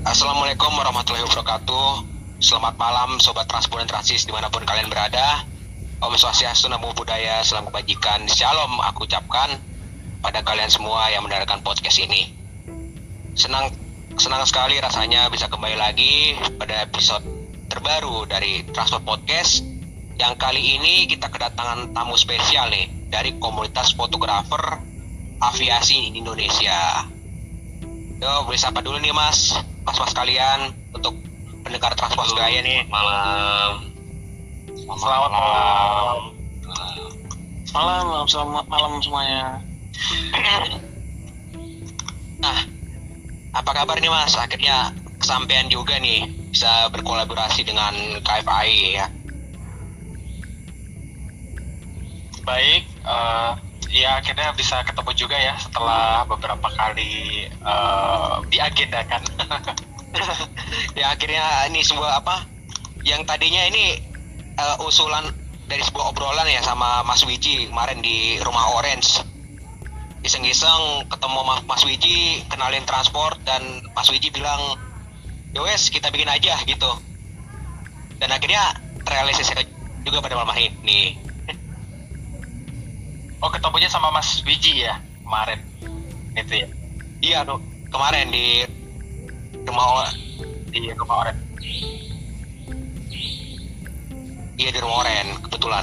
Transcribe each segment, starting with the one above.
Assalamualaikum warahmatullahi wabarakatuh. Selamat malam Sobat Transport dan Transis dimanapun kalian berada. Om Swastiastu, Namo Buddhaya, Salam Kebajikan, Shalom aku ucapkan pada kalian semua yang mendengarkan podcast ini. Senang sekali rasanya bisa kembali lagi pada episode terbaru dari Transport Podcast. Yang kali ini kita kedatangan tamu spesial nih dari komunitas fotografer aviasi di Indonesia. Yo, boleh sapa dulu nih mas kalian untuk pendengar Transport Gaya nih. Selamat malam semuanya. Nah, apa kabar nih mas? Akhirnya kesampaian juga nih bisa berkolaborasi dengan KFAI ya. Baik, ya akhirnya bisa ketemu juga ya setelah beberapa kali diagendakan. Ya akhirnya ini sebuah yang tadinya ini usulan dari sebuah obrolan ya sama Mas Wiji kemarin di rumah Orange. Iseng-iseng ketemu Mas Wiji, kenalin transport, dan Mas Wiji bilang yowes kita bikin aja gitu. Dan akhirnya terrealisasi juga pada malam hari ini. Oh, ketemunya sama Mas Wiji ya kemarin itu ya? Iya tuh, kemarin di rumah Oren. Iya, di rumah Oren kebetulan.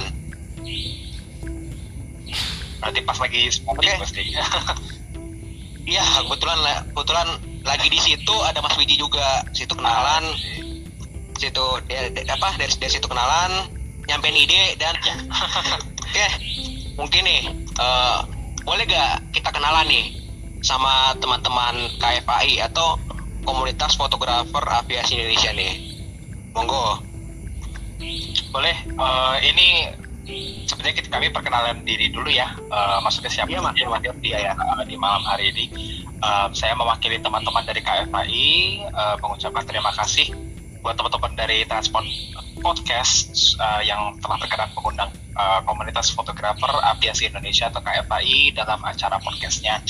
Berarti pas lagi smoking pasti. Iya, kebetulan lagi di situ ada Mas Wiji juga. Situ kenalan. Situ dari situ kenalan, nyampein ide dan oke, mungkin nih boleh gak kita kenalan nih sama teman-teman KFAI atau komunitas fotografer aviasi Indonesia nih. Monggo. Boleh. Ini sebenarnya kami perkenalan diri dulu ya. Maksudnya siapa? Iya, Mas. Dia ya di malam hari ini. Saya mewakili teman-teman dari KFAI mengucapkan terima kasih buat teman-teman dari Transport Podcast yang telah berkenan mengundang komunitas fotografer aviasi Indonesia atau KFAI dalam acara podcastnya.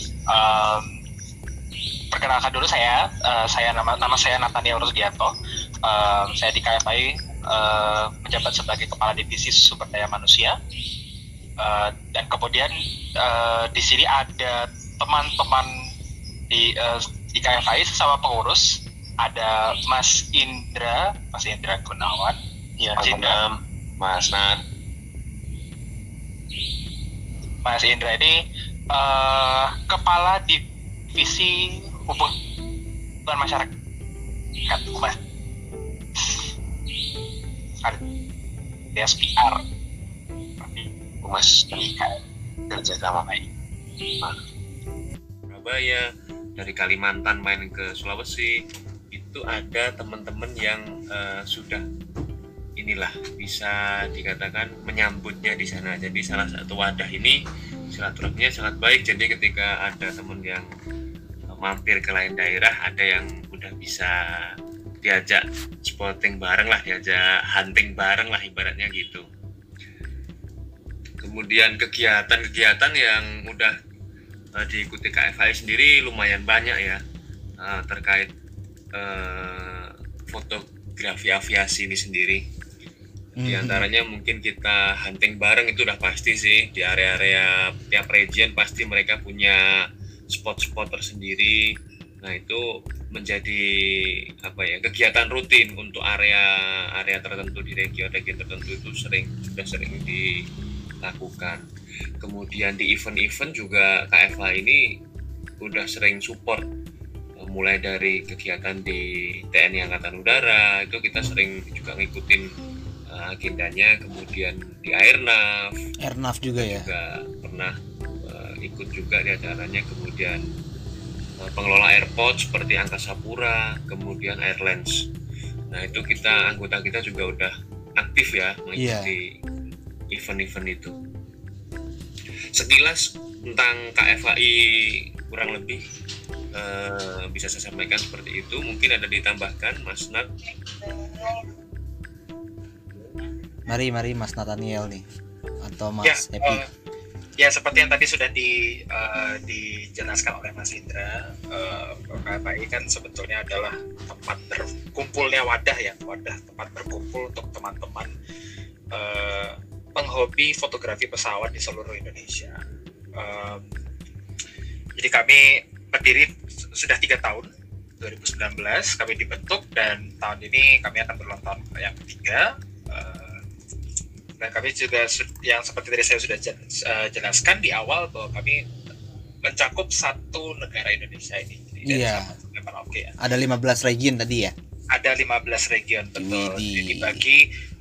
Perkenalkan dulu saya nama saya Nathaniel Rusdianto. Saya di KFAI menjabat sebagai kepala divisi sumber daya manusia, dan kemudian di sini ada teman-teman di KFAI sesama pengurus. Ada Mas Indra Gunawan, ya, Mas Nat. Mas Indra ini kepala divisi hubungan masyarakat DSPR Mas kerja sama baik. Surabaya, dari Kalimantan main ke Sulawesi, itu ada teman-teman yang sudah inilah bisa dikatakan menyambutnya di sana. Jadi salah satu wadah ini silaturahminya sangat baik. Jadi ketika ada teman yang mampir ke lain daerah, ada yang udah bisa diajak spotting bareng lah, diajak hunting bareng lah ibaratnya gitu. Kemudian kegiatan-kegiatan yang udah diikuti KFAI sendiri lumayan banyak ya, terkait fotografi aviasi ini sendiri. Di antaranya mungkin kita hunting bareng itu udah pasti sih. Di area-area tiap region pasti mereka punya spot-spot tersendiri. Nah itu menjadi kegiatan rutin untuk area tertentu di region tertentu, itu sudah sering dilakukan. Kemudian di event-event juga KFA ini udah sering support, mulai dari kegiatan di TNI Angkatan Udara itu kita sering juga ngikutin agendanya. Kemudian di Airnav juga pernah ikut juga di acaranya. Kemudian pengelola airport seperti Angkasa Pura, kemudian Airlines. Nah itu anggota kita juga udah aktif ya mengikuti event-event itu. Sekilas tentang KFAI kurang lebih bisa saya sampaikan seperti itu. Mungkin ada ditambahkan Mas Nat. Mari Mas Nathaniel nih atau Mas Happy. Ya seperti yang tadi sudah dijelaskan oleh Mas Indra, KFAI kan sebetulnya adalah tempat berkumpulnya wadah tempat berkumpul untuk teman-teman penghobi fotografi pesawat di seluruh Indonesia. Jadi kami berdiri sudah 3 tahun, 2019 kami dibentuk, dan tahun ini kami akan berulang tahun yang ketiga. Dan kami juga yang seperti tadi saya sudah jelaskan di awal bahwa kami mencakup satu negara Indonesia ini. Jadi Iya. Oke, ya. Ada 15 region tadi ya? Ada 15 region, betul. Widih. Jadi dibagi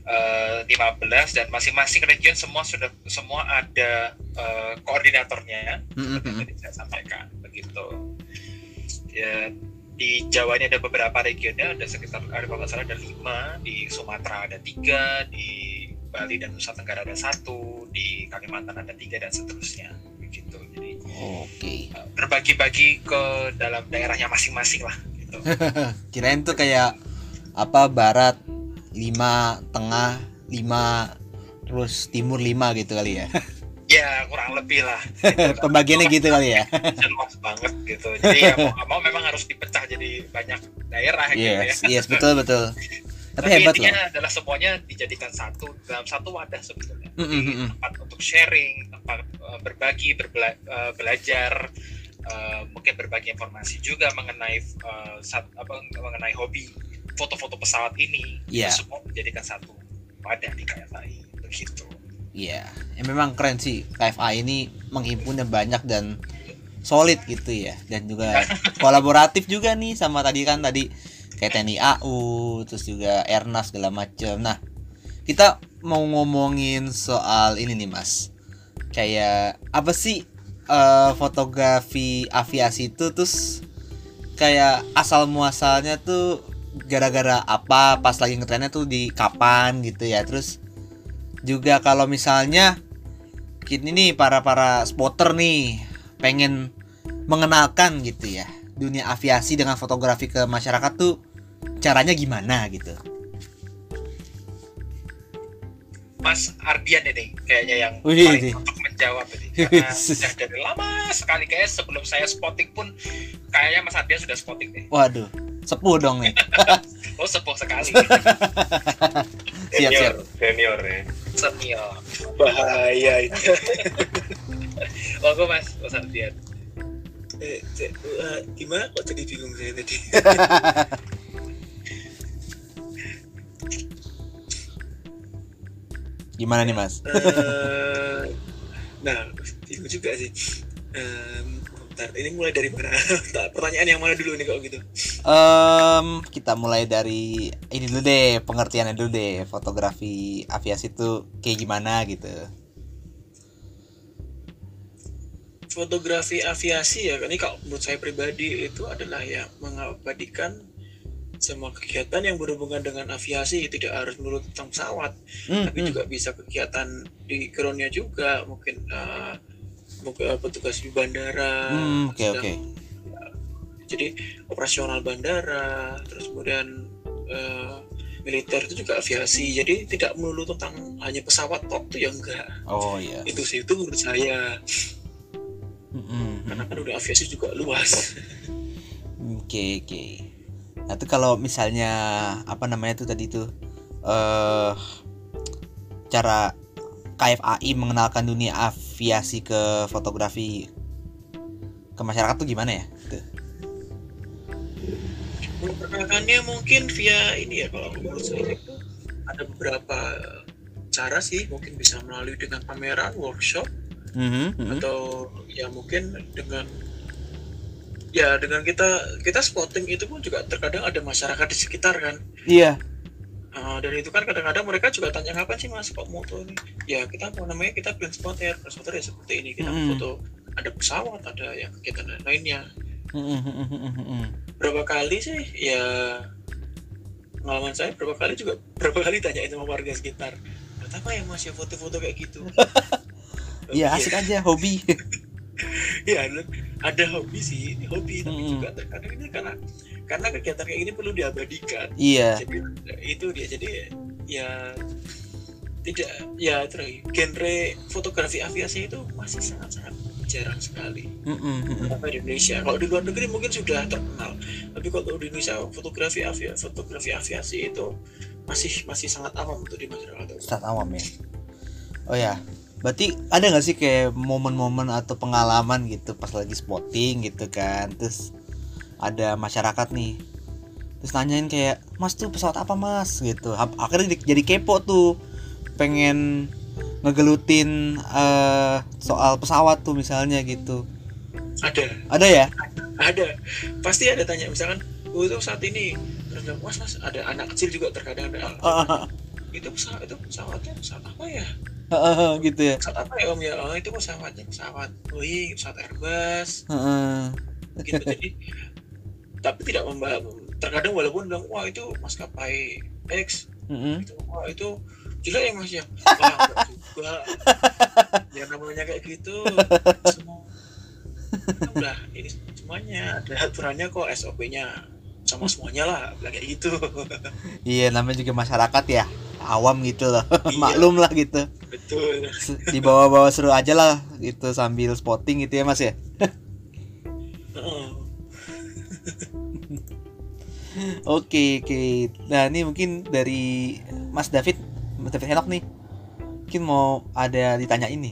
15, dan masing-masing region semua ada koordinatornya. Seperti yang tadi saya sampaikan begitu. Ya, di Jawa ini ada beberapa regionnya, ada kalau nggak salah ada 5, di Sumatera ada 3, di Bali dan Nusa Tenggara ada 1, di Kalimantan ada 3, dan seterusnya begitu. Jadi berbagi-bagi ke dalam daerahnya masing-masing lah gitu. Kirain tuh kayak apa, barat 5, tengah 5, terus timur 5 gitu kali ya. Ya kurang lebih lah gitu. Pembagiannya gitu kali ya. Luas banget gitu. Jadi ya mau memang harus dipecah jadi banyak daerah gitu ya. Yes, betul. Tapi hebat intinya loh. adalah semuanya dijadikan dalam satu wadah sebetulnya. Tempat untuk sharing, tempat berbagi, belajar, mungkin berbagi informasi juga mengenai mengenai hobi foto-foto pesawat ini. Iya. Semua dijadikan satu wadah di KFAI begitu. Iya, memang keren sih. KFAI ini menghimpunnya banyak dan solid gitu ya, dan juga kolaboratif juga nih sama tadi kayak TNI AU, terus juga Airnas segala macam. Nah, kita mau ngomongin soal ini nih Mas. Kayak apa sih fotografi aviasi itu, terus kayak asal muasalnya tuh gara-gara apa, pas lagi ngetrennya tuh di kapan gitu ya. Terus juga kalau misalnya kini nih para spotter nih pengen mengenalkan gitu ya dunia aviasi dengan fotografi ke masyarakat tuh caranya gimana gitu? Mas Ardian ini kayaknya yang Wih, paling untuk menjawab ini, karena sudah dari lama sekali, kayak sebelum saya spotting pun kayaknya Mas Ardian sudah spotting deh. Waduh, sepuh dong nih. Oh sepuh sekali. Siap. Senior ya. Senior. Bahaya itu. Mas Ardian. Gimana kok jadi bingung saya tadi? Gimana nih Mas? Nah, bingung juga sih. Bentar, ini mulai dari mana? Pertanyaan yang mana dulu nih kalau gitu? Kita mulai dari ini dulu deh, pengertiannya dulu deh, fotografi aviasi itu kayak gimana gitu. Fotografi aviasi ya, ini kalau menurut saya pribadi itu adalah yang mengabadikan semua kegiatan yang berhubungan dengan aviasi, tidak harus melulu tentang pesawat, tapi juga bisa kegiatan di groundnya juga, mungkin petugas di bandara, Oke. Jadi operasional bandara, terus kemudian militer itu juga aviasi, jadi tidak melulu tentang hanya pesawat tok tuh ya enggak. Oh iya. Itu menurut saya. Karena kan udah aviasi juga luas. Oke. Nah itu kalau misalnya apa namanya tuh tadi tuh cara KFAI mengenalkan dunia aviasi ke fotografi ke masyarakat tuh gimana ya? Memperkenalkannya mungkin via ini ya, kalau menurut saya itu ada beberapa cara sih, mungkin bisa melalui dengan pameran, workshop, atau ya mungkin dengan kita spotting itu pun juga terkadang ada masyarakat di sekitar kan. Iya. Dan itu kan kadang-kadang mereka juga tanya kapan sih Mas kok moto ini? Ya kita kita plan spotter ya seperti ini, kita foto ada pesawat, ada yang kegiatan lainnya. Berapa kali sih ya pengalaman saya, berapa kali tanyain sama warga sekitar, kenapa ya Mas ya foto-foto kayak gitu? Iya asik aja, hobi. Ya ada hobi sih, ini hobi, tapi juga terkadang ini karena kegiatan kayak gini perlu diabadikan. Iya. Jadi itu dia, jadi ya tidak ya terus genre fotografi aviasi itu masih sangat-sangat jarang sekali. Apa di Indonesia? Kalau di luar negeri mungkin sudah terkenal, tapi kalau di Indonesia fotografi aviasi itu masih sangat awam untuk di masyarakat. Sangat awam ya. Oh ya, berarti ada nggak sih kayak momen-momen atau pengalaman gitu pas lagi spotting gitu kan, terus ada masyarakat nih, terus nanyain kayak, mas tuh pesawat apa mas gitu, akhirnya jadi kepo tuh, pengen ngegelutin soal pesawat tuh misalnya gitu. Ada ya? Ada, pasti ada tanya misalkan, oh itu saat ini, terus mas ada anak kecil juga terkadang ada. Itu pesawatnya pesawat apa ya? Gitu ya. Pesawat apa ya om ya? Oh itu pesawat Boeing, pesawat Airbus. Gitu jadi, tapi tidak terkadang walaupun bilang wah itu maskapai X, itu, wah itu jelek ya mas ya, wah enggak juga, ya namanya kayak gitu, semua udah ini semuanya ada aturannya kok, SOP-nya sama semuanya lah, bilang kayak gitu. Iya, namanya juga masyarakat ya, awam gitu loh. Maklum lah gitu. Betul. Dibawa-bawa seru aja lah gitu sambil spotting gitu ya mas ya. Oke. Nah ini mungkin dari Mas David Henok nih, mungkin mau ada ditanya ini.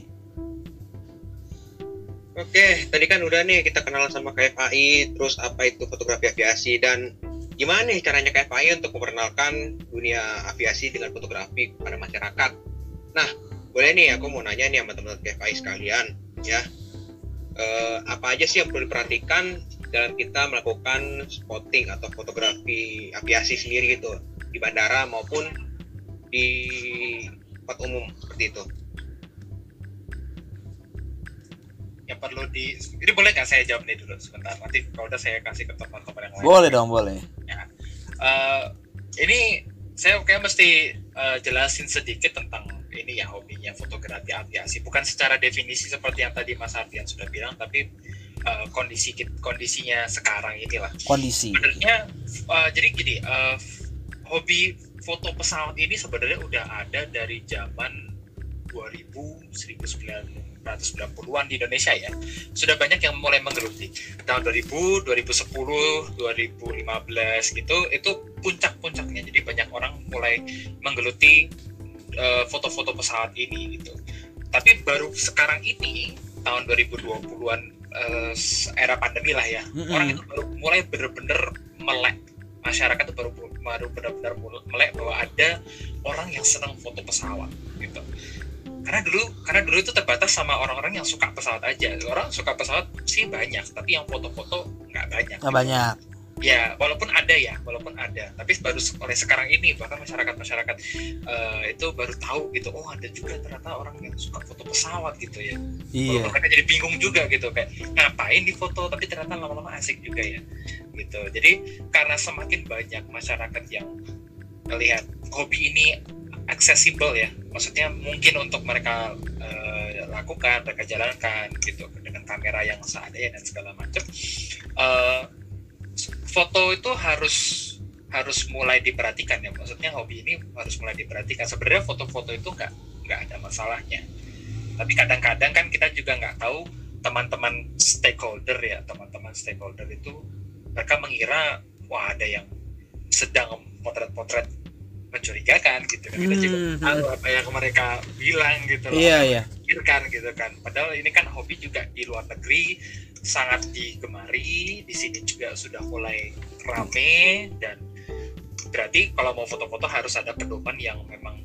Oke, tadi kan udah nih kita kenalan sama KFAI, terus apa itu fotografi aviasi, dan gimana nih caranya KFAI untuk memperkenalkan dunia aviasi dengan fotografi kepada masyarakat. Nah, boleh nih aku mau nanya nih sama teman-teman KFAI sekalian ya, apa aja sih yang perlu diperhatikan dalam kita melakukan spotting atau fotografi aviasi sendiri gitu, di bandara maupun di tempat umum seperti itu. Yang perlu ini boleh nggak saya jawab nih dulu sebentar, nanti kalau udah saya kasih ke teman-teman yang lain. Boleh dong, boleh ya. Ini saya kayak mesti jelasin sedikit tentang ini ya, hobinya fotografi aviasi, bukan secara definisi seperti yang tadi Mas Ardian sudah bilang, tapi kondisinya sekarang inilah kondisi sebenarnya. Jadi gini, hobi foto pesawat ini sebenarnya udah ada dari zaman 1990-an di Indonesia ya. Sudah banyak yang mulai menggeluti tahun 2000, 2010, 2015 gitu, itu puncak-puncaknya. Jadi banyak orang mulai menggeluti foto-foto pesawat ini gitu. Tapi baru sekarang ini tahun 2020-an, era pandemi lah ya, orang itu baru mulai benar-benar melek, masyarakat itu baru benar-benar melek bahwa ada orang yang senang foto pesawat gitu. Karena dulu itu terbatas sama orang-orang yang suka pesawat aja. Orang suka pesawat sih banyak, tapi yang foto-foto nggak banyak. Nggak banyak. Ya, walaupun ada, tapi baru oleh sekarang ini bahkan masyarakat itu baru tahu gitu, oh ada juga ternyata orang yang suka foto pesawat gitu ya. Iya. Walaupun mereka jadi bingung juga gitu, kayak ngapain di foto, tapi ternyata lama-lama asik juga ya gitu. Jadi karena semakin banyak masyarakat yang melihat hobi ini aksesibel ya, maksudnya mungkin untuk mereka lakukan, mereka jalankan gitu dengan kamera yang seadanya dan segala macam. Foto itu harus mulai diperhatikan ya, maksudnya hobi ini harus mulai diperhatikan. Sebenarnya foto-foto itu nggak ada masalahnya, tapi kadang-kadang kan kita juga nggak tahu teman-teman stakeholder itu mereka mengira wah ada yang sedang potret-potret mencurigakan gitu kan. Kita juga tahu apa yang mereka bilang gitu loh, pikirkan gitu kan. Padahal ini kan hobi juga di luar negeri sangat digemari, di sini juga sudah mulai rame, dan berarti kalau mau foto-foto harus ada pedoman yang memang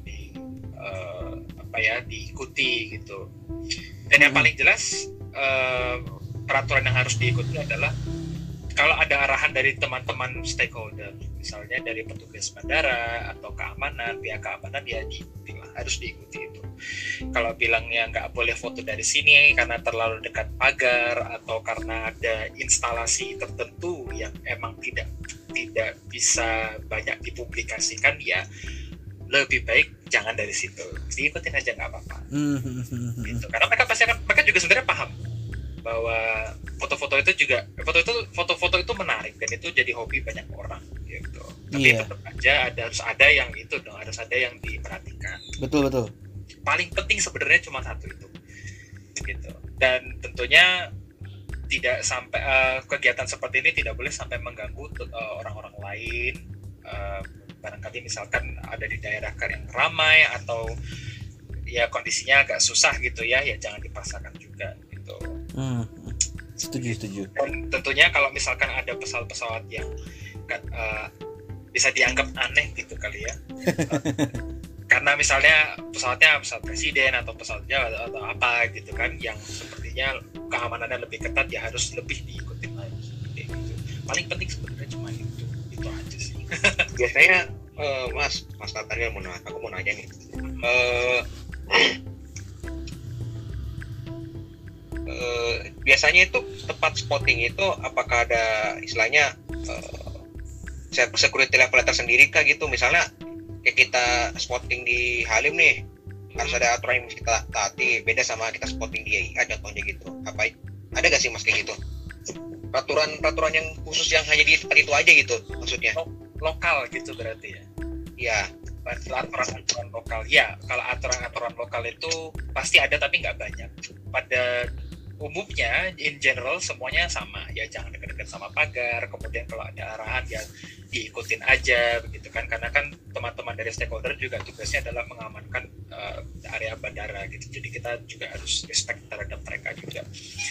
diikuti gitu. Dan yang paling jelas peraturan yang harus diikuti adalah kalau ada arahan dari teman-teman stakeholder, misalnya dari petugas bandara atau keamanan, pihak keamanan, ya harus diikuti itu. Kalau bilangnya nggak boleh foto dari sini karena terlalu dekat pagar atau karena ada instalasi tertentu yang emang tidak bisa banyak dipublikasikan, ya lebih baik jangan dari situ, diikutin aja nggak apa-apa. Gitu. Karena mereka juga sebenarnya paham bahwa foto-foto itu menarik dan itu jadi hobi banyak orang gitu. Tapi tetap aja harus ada yang diperhatikan. Betul. paling penting sebenarnya cuma satu itu gitu. Dan tentunya tidak sampai kegiatan seperti ini tidak boleh sampai mengganggu orang-orang lain, barangkali misalkan ada di daerah yang ramai atau ya kondisinya agak susah gitu ya jangan dipaksakan juga gitu. Setuju. Dan tentunya kalau misalkan ada pesawat-pesawat yang bisa dianggap aneh gitu kali ya. Karena misalnya pesawatnya pesawat presiden atau pesawat Jawa atau apa gitu kan yang sepertinya keamanannya lebih ketat ya harus lebih diikuti lagi gitu. Paling penting sebenarnya cuma itu aja sih. Biasanya Mas Nathaniel aku mau nanya nih. Biasanya itu tempat spotting itu apakah ada istilahnya security level tersendiri kah gitu, misalnya kayak kita spotting di Halim nih harus ada aturan yang kita taati, beda sama kita spotting di IAIA contohnya gitu. Apa ada gak sih Mas kayak gitu peraturan yang khusus yang hanya di tempat itu aja gitu maksudnya? Lokal gitu berarti ya? Iya, aturan lokal. Ya, kalau aturan lokal itu pasti ada tapi nggak banyak. Pada umumnya, in general semuanya sama. Ya jangan dekat-dekat sama pagar. Kemudian kalau ada arahan ya diikutin aja, begitu kan? Karena kan teman-teman dari stakeholder juga tugasnya adalah mengamankan area bandara gitu. Jadi kita juga harus respect terhadap mereka juga.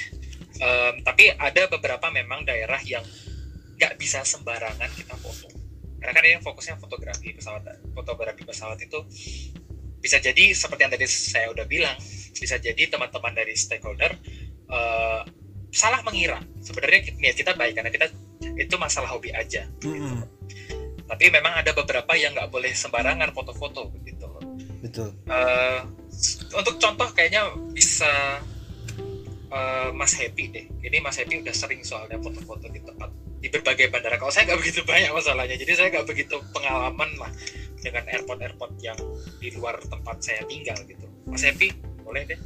Tapi ada beberapa memang daerah yang nggak bisa sembarangan kita foto. Karena kan ini fokusnya fotografi pesawat itu bisa jadi seperti yang tadi saya udah bilang, bisa jadi teman-teman dari stakeholder salah mengira sebenarnya niat kita baik karena kita itu masalah hobi aja gitu. Tapi memang ada beberapa yang nggak boleh sembarangan foto-foto begitu. Betul. Untuk contoh kayaknya bisa Mas Happy deh. Ini Mas Happy udah sering soalnya foto-foto di berbagai bandara. Kalau saya nggak begitu banyak masalahnya, jadi saya nggak begitu pengalaman lah dengan airport yang di luar tempat saya tinggal gitu. Mas Happy, boleh deh?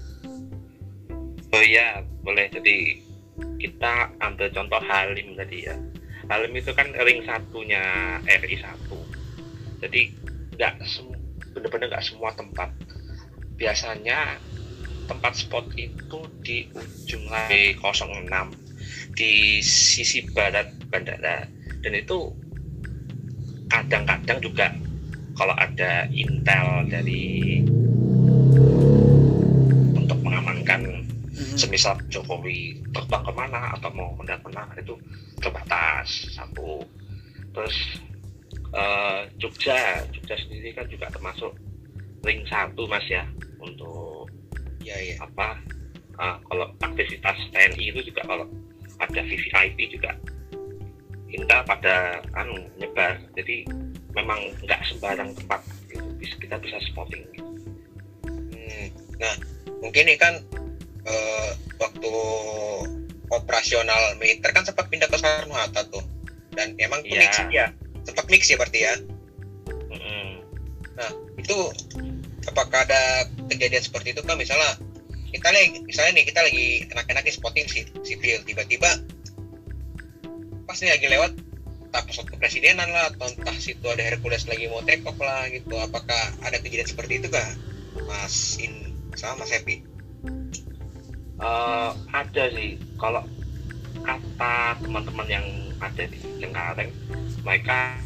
Oh iya, boleh. Jadi kita ambil contoh Halim tadi ya. Halim itu kan ring satunya RI 1. Jadi benar-benar nggak semua tempat. Biasanya tempat spot itu di ujung lantai 06 di sisi barat bandara, dan itu kadang-kadang juga kalau ada intel dari untuk mengamankan semisal Jokowi terbang kemana atau mau mendarat kemana itu terbatas satu. Terus Jogja sendiri kan juga termasuk ring 1 Mas ya, untuk apa kalau aktivitas TNI itu juga kalau ada VVIP juga intel pada nyebar, jadi memang nggak sembarang tempat gitu kita bisa spotting gitu. Nah mungkin ini kan waktu operasional militer kan sempat pindah ke Soekarno-Hatta tuh, dan emang mix ya, sempat mix ya berarti ya. Nah itu apakah ada kejadian seperti itu kan, misalnya kita lagi enak-enaknya spotting sipil, tiba-tiba pas nih lagi lewat entah pesawat kepresidenan lah atau entah situ ada Hercules lagi mau take off lah gitu, apakah ada kejadian seperti itu kah Mas sama Mas Happy? Ada sih, kalau kata teman-teman yang ada di Cengkareng, mereka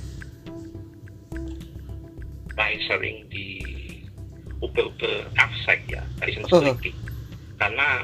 sering di Uber AFSEC ya, dari security. Karena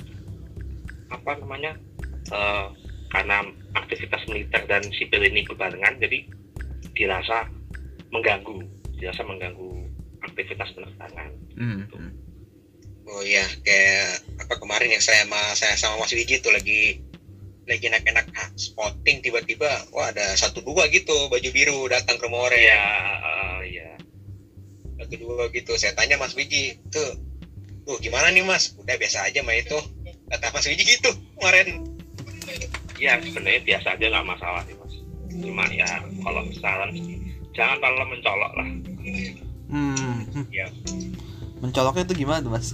karena aktivitas militer dan sipil ini berbarengan, jadi dirasa mengganggu aktivitas penerbangan. Oh iya, kayak apa kemarin yang saya sama Mas Wiji tuh lagi enak-enak spotting, tiba-tiba wah ada 1-2 gitu baju biru datang ke rumah orang. Iya. 1-2 gitu. Saya tanya Mas Wiji tuh gimana nih Mas? Udah biasa aja mah itu. Kata Mas Wiji gitu kemarin. Ya sebenarnya biasa aja, nggak masalah sih Mas. Cuma ya kalau misalnya jangan terlalu mencolok lah. Ya. Mencoloknya itu gimana tuh Mas?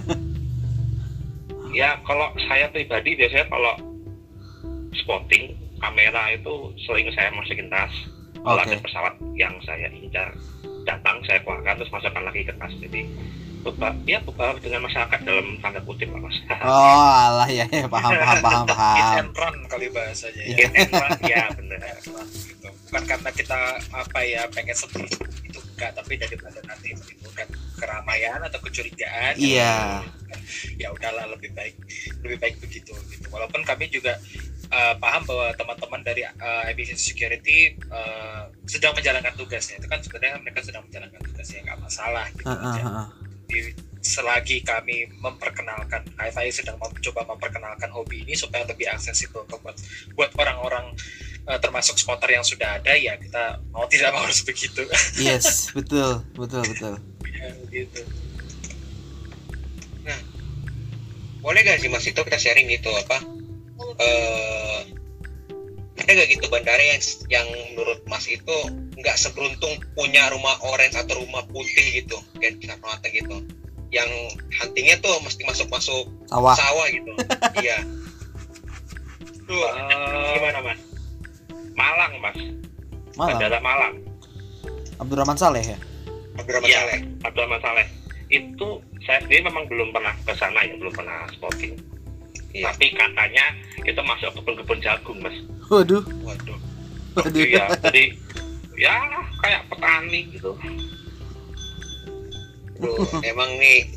Ya kalau saya pribadi biasanya kalau spotting kamera itu sering saya masukin tas. Kalau ada pesawat yang saya incar datang, saya keluarkan terus masukkan lagi ke tas. Jadi beberapa dengan masyarakat dalam tanda kutip lah Mas. Oh alah ya, paham. Hit and run kali bahasanya. Hit and run, ya benar. Gitu. Bukan karena kita pengen seperti itu enggak, tapi daripada nanti menimbulkan keramaian atau kecurigaan. Iya. Ya udahlah, lebih baik begitu gitu. Walaupun kami juga paham bahwa teman-teman dari efficiency security sedang menjalankan tugasnya. Itu kan sebenarnya mereka sedang menjalankan tugasnya, nggak masalah gitu aja. Selagi kami memperkenalkan, KFI sedang mencoba memperkenalkan hobi ini supaya lebih aksesibel buat orang-orang termasuk spotter yang sudah ada, ya kita mau tidak mau harus begitu. Yes, betul. Ya, gitu. Nah, boleh gak sih Mas itu kita sharing gitu ada gak gitu bandara yang menurut Mas itu nggak seberuntung punya rumah orange atau rumah putih gitu kayak di Soekarno-Hatta gitu, yang huntingnya tuh mesti masuk sawah gitu. Iya. Tuh gimana Mas? Malang Mas. Bandara Malang. Abdurrahman Saleh ya? Abdurrahman Saleh. Itu saya sendiri memang belum pernah ke sana ya, belum pernah spotting. Iya. Tapi katanya itu masuk kebun-kebun jagung Mas. Waduh. Iya, jadi ya kayak petani gitu. Emang nih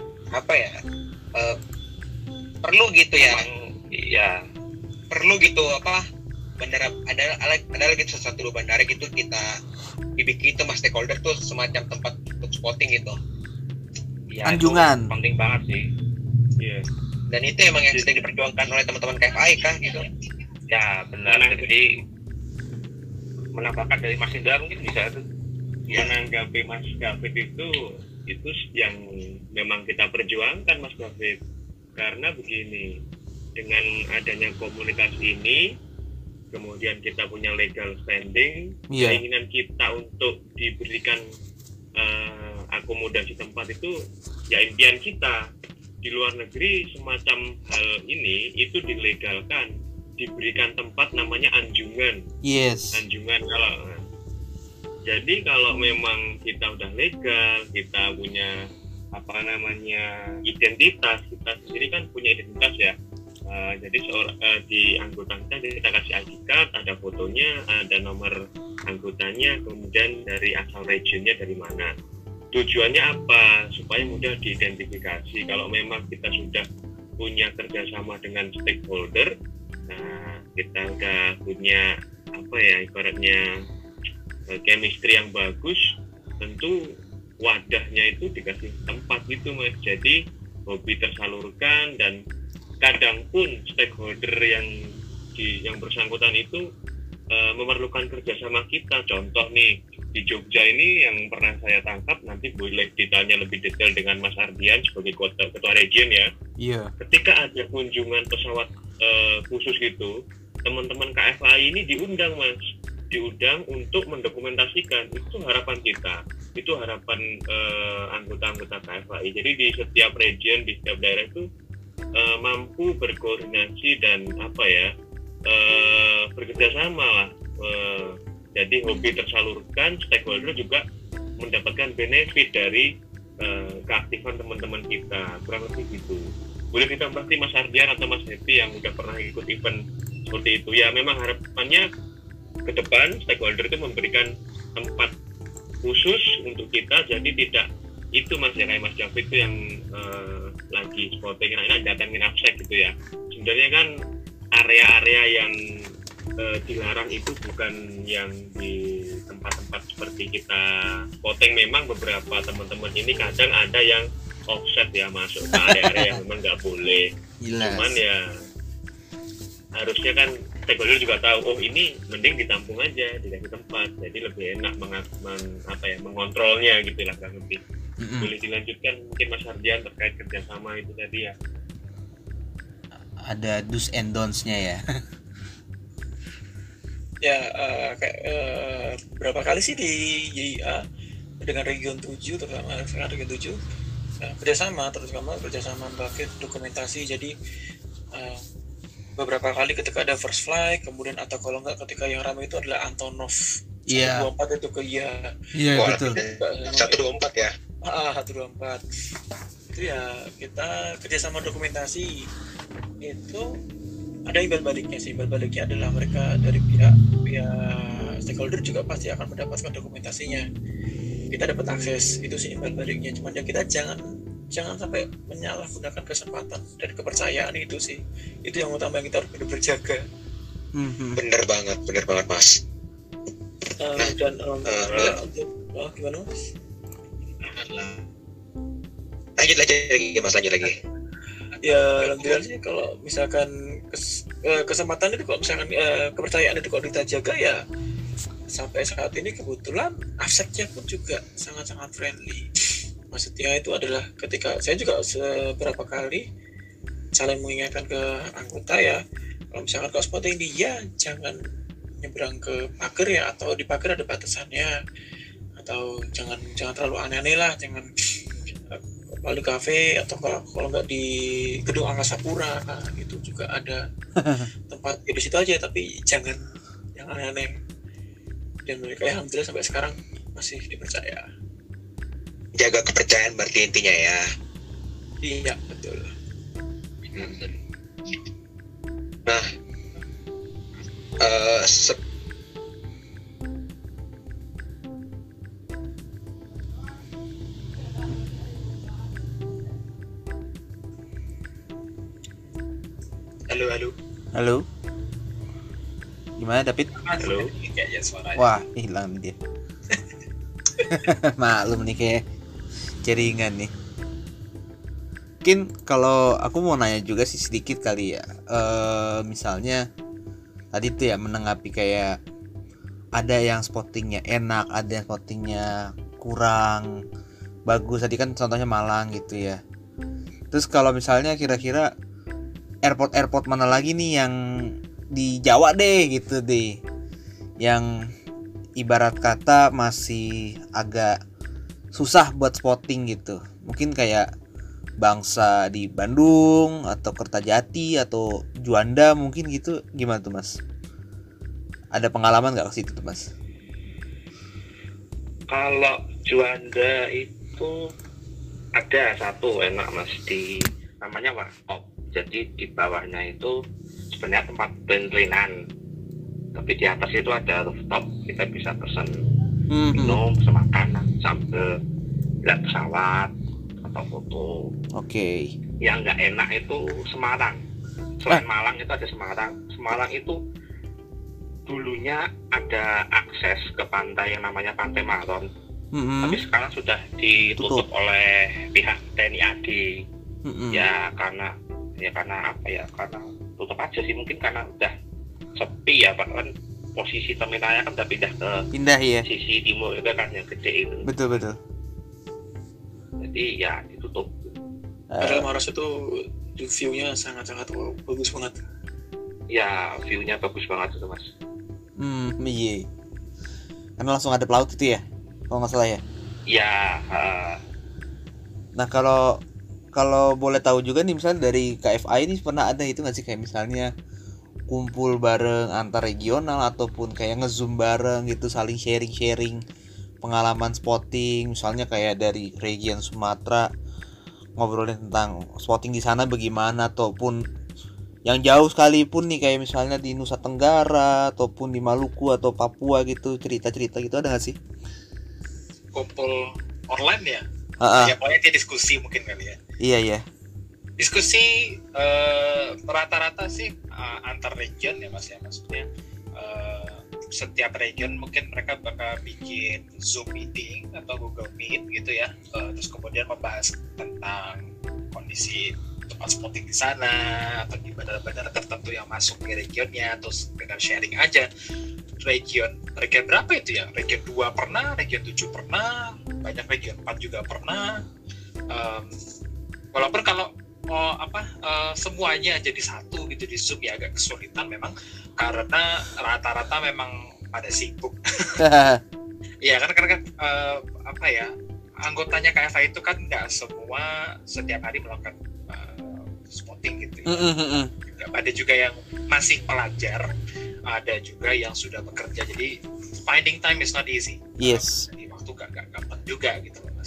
perlu gitu ya. Iya. Perlu gitu bandara ada lagi satu bandara gitu kita dibikin itu Mas stakeholder tuh semacam tempat untuk spotting gitu. Ya, Anjungan. Penting banget sih. Iya. Dan itu emang yang sedang diperjuangkan oleh teman-teman KFI kah gitu. Ya benar. Jadi menambahkan dari Mas Indra mungkin bisa tuh. Menanggapi Mas David itu yang memang kita perjuangkan Mas David, karena begini, dengan adanya komunitas ini kemudian kita punya legal standing, keinginan kita untuk diberikan akomodasi tempat itu ya impian kita. Di luar negeri semacam hal ini itu dilegalkan, diberikan tempat namanya anjungan. Yes. Anjungan jadi kalau memang kita udah legal, kita punya identitas, kita sendiri kan punya identitas ya. Jadi di anggota kita kasih ID card, ada fotonya, ada nomor anggotanya, kemudian dari asal regionnya dari mana. Tujuannya apa? Supaya mudah diidentifikasi. Kalau memang kita sudah punya kerjasama dengan stakeholder, nah kita udah punya ibaratnya chemistry yang bagus, tentu wadahnya itu dikasih tempat gitu Mas. Jadi hobi tersalurkan, dan kadang pun stakeholder yang bersangkutan itu memerlukan kerjasama kita. Contoh nih di Jogja ini yang pernah saya tangkap, nanti boleh ditanya lebih detail dengan Mas Ardian sebagai ketua region ya. Iya. Ketika ada kunjungan pesawat khusus gitu, teman-teman KFI ini diundang Mas, untuk mendokumentasikan. Itu harapan kita, itu harapan anggota-anggota KFI. Jadi di setiap region, di setiap daerah itu mampu berkoordinasi dan bekerjasama lah. Jadi hobi tersalurkan, stakeholder juga mendapatkan benefit dari keaktifan teman-teman kita, kurang lebih gitu. Boleh ditambah sih Mas Ardian atau Mas Happy yang udah pernah ikut event seperti itu ya. Memang harapannya ke depan stakeholder itu memberikan tempat khusus untuk kita, jadi tidak itu Mas ya, kayak Mas David itu yang lagi spotting datangin absek gitu ya. Sebenarnya kan area-area yang dilarang itu bukan yang di tempat-tempat seperti kita spotting. Memang beberapa teman-teman ini kadang ada yang offset ya, masuk ke area-area yang memang nggak boleh. Cuman ya harusnya kan stakeholder juga tahu, ini mending ditampung aja, dikasih tempat, jadi lebih enak mengontrolnya gitu lah kan lebih. Boleh dilanjutkan mungkin Mas Ardian terkait kerjasama itu tadi ya. Ada do's and don'ts-nya ya. Ya, berapa kali sih di JIA dengan Region 7, terutama Region 7 kerjasama pakai dokumentasi. Jadi beberapa kali ketika ada first flight, kemudian atau kalau enggak ketika yang ramai itu adalah Antonov 124 itu ke Iya betul. 124 ya. 124 itu ya kita kerjasama dokumentasi itu ada imbal baliknya sih. Imbal baliknya adalah mereka dari pihak stakeholder juga pasti akan mendapatkan dokumentasinya, kita dapat akses, itu sih imbal baliknya. Cuman ya kita jangan sampai menyalahgunakan kesempatan dan kepercayaan itu sih, itu yang utama yang kita harus benar-benar jaga. Bener banget Mas. Dan gimana Mas? Lanjut lagi. Ya alhamdulillah sih kalau misalkan kesempatan itu, kalau misalkan kepercayaan itu kalau kita jaga ya, sampai saat ini kebetulan Afseknya pun juga sangat-sangat friendly. Maksudnya itu adalah ketika saya juga beberapa kali saling mengingatkan ke anggota ya, kalau misalkan kalau spotting dia jangan nyebrang ke pagar ya, atau di pagar ada batasannya, atau jangan terlalu aneh-aneh lah, jangan lalu kafe, atau kalau nggak di gedung Angkasa Pura, nah itu juga ada tempat di situ aja, tapi jangan yang aneh-aneh. Dan mereka alhamdulillah sampai sekarang masih dipercaya. Jaga kepercayaan berarti intinya ya. Iya betul. Nah, Halo. Gimana David? Halo. Kayaknya suaranya. Wah, hilang nih dia. Maklum nih kayak jaringan nih. Mungkin kalau aku mau nanya juga sih sedikit kali ya. Misalnya tadi tuh ya menanggapi kayak ada yang spottingnya enak, ada yang spottingnya kurang bagus. Tadi kan contohnya Malang gitu ya. Terus kalau misalnya kira-kira airport mana lagi nih yang di Jawa deh gitu deh, yang ibarat kata masih agak susah buat spotting gitu. Mungkin kayak Bangsa di Bandung, atau Kertajati, atau Juanda mungkin gitu. Gimana tuh Mas? Ada pengalaman gak ke situ tuh Mas? Kalau Juanda itu ada satu enak Mas, di namanya Warkop. Jadi di bawahnya itu sebenarnya tempat bentrinan, tapi di atas itu ada rooftop, kita bisa pesan minum, makanan sambil lihat pesawat atau foto. Oke. Yang nggak enak itu Semarang. Selain Malang itu ada Semarang. Semarang itu dulunya ada akses ke pantai yang namanya Pantai Maron, tapi sekarang sudah ditutup oleh pihak TNI AD. Ya karena apa ya, karena tutup aja sih, mungkin karena udah sepi ya Pak, kan posisi terminalnya kan udah pindah ya sisi timur itu kan yang gede itu. Betul. Jadi ya ditutup. Padahal Maros itu view-nya sangat-sangat bagus banget. Ya view-nya bagus banget itu Mas. Iya. Karena langsung ada laut itu ya, kalau nggak salah ya. Ya. Nah kalau boleh tahu juga nih, misalnya dari KFA ini pernah ada itu nggak sih, kayak misalnya kumpul bareng antar regional ataupun kayak nge-zoom bareng gitu, saling sharing pengalaman spotting, misalnya kayak dari region Sumatera ngobrolin tentang spotting di sana bagaimana, ataupun yang jauh sekalipun nih kayak misalnya di Nusa Tenggara ataupun di Maluku atau Papua gitu, cerita-cerita gitu ada nggak sih? Kumpul online ya? Ya pokoknya dia diskusi mungkin kali ya. Iya. Diskusi rata-rata sih antar region ya Mas ya, maksudnya setiap region mungkin mereka bakal bikin Zoom meeting atau Google Meet gitu ya, terus kemudian membahas tentang kondisi tempat spotting di sana atau di bandara-bandara tertentu yang masuk di regionnya, terus dengan sharing aja region berapa itu ya, region 2 pernah, region 7 pernah, banyak region 4 juga pernah. Walaupun kalau semuanya jadi satu gitu di Zoom ya agak kesulitan memang, karena rata-rata memang pada sibuk. Ya karena anggotanya KFA itu kan nggak semua setiap hari melakukan spotting gitu ya. Ada juga yang masih pelajar, ada juga yang sudah bekerja, jadi finding time is not easy. Yes. Jadi waktu gak gampang juga gitu loh Mas.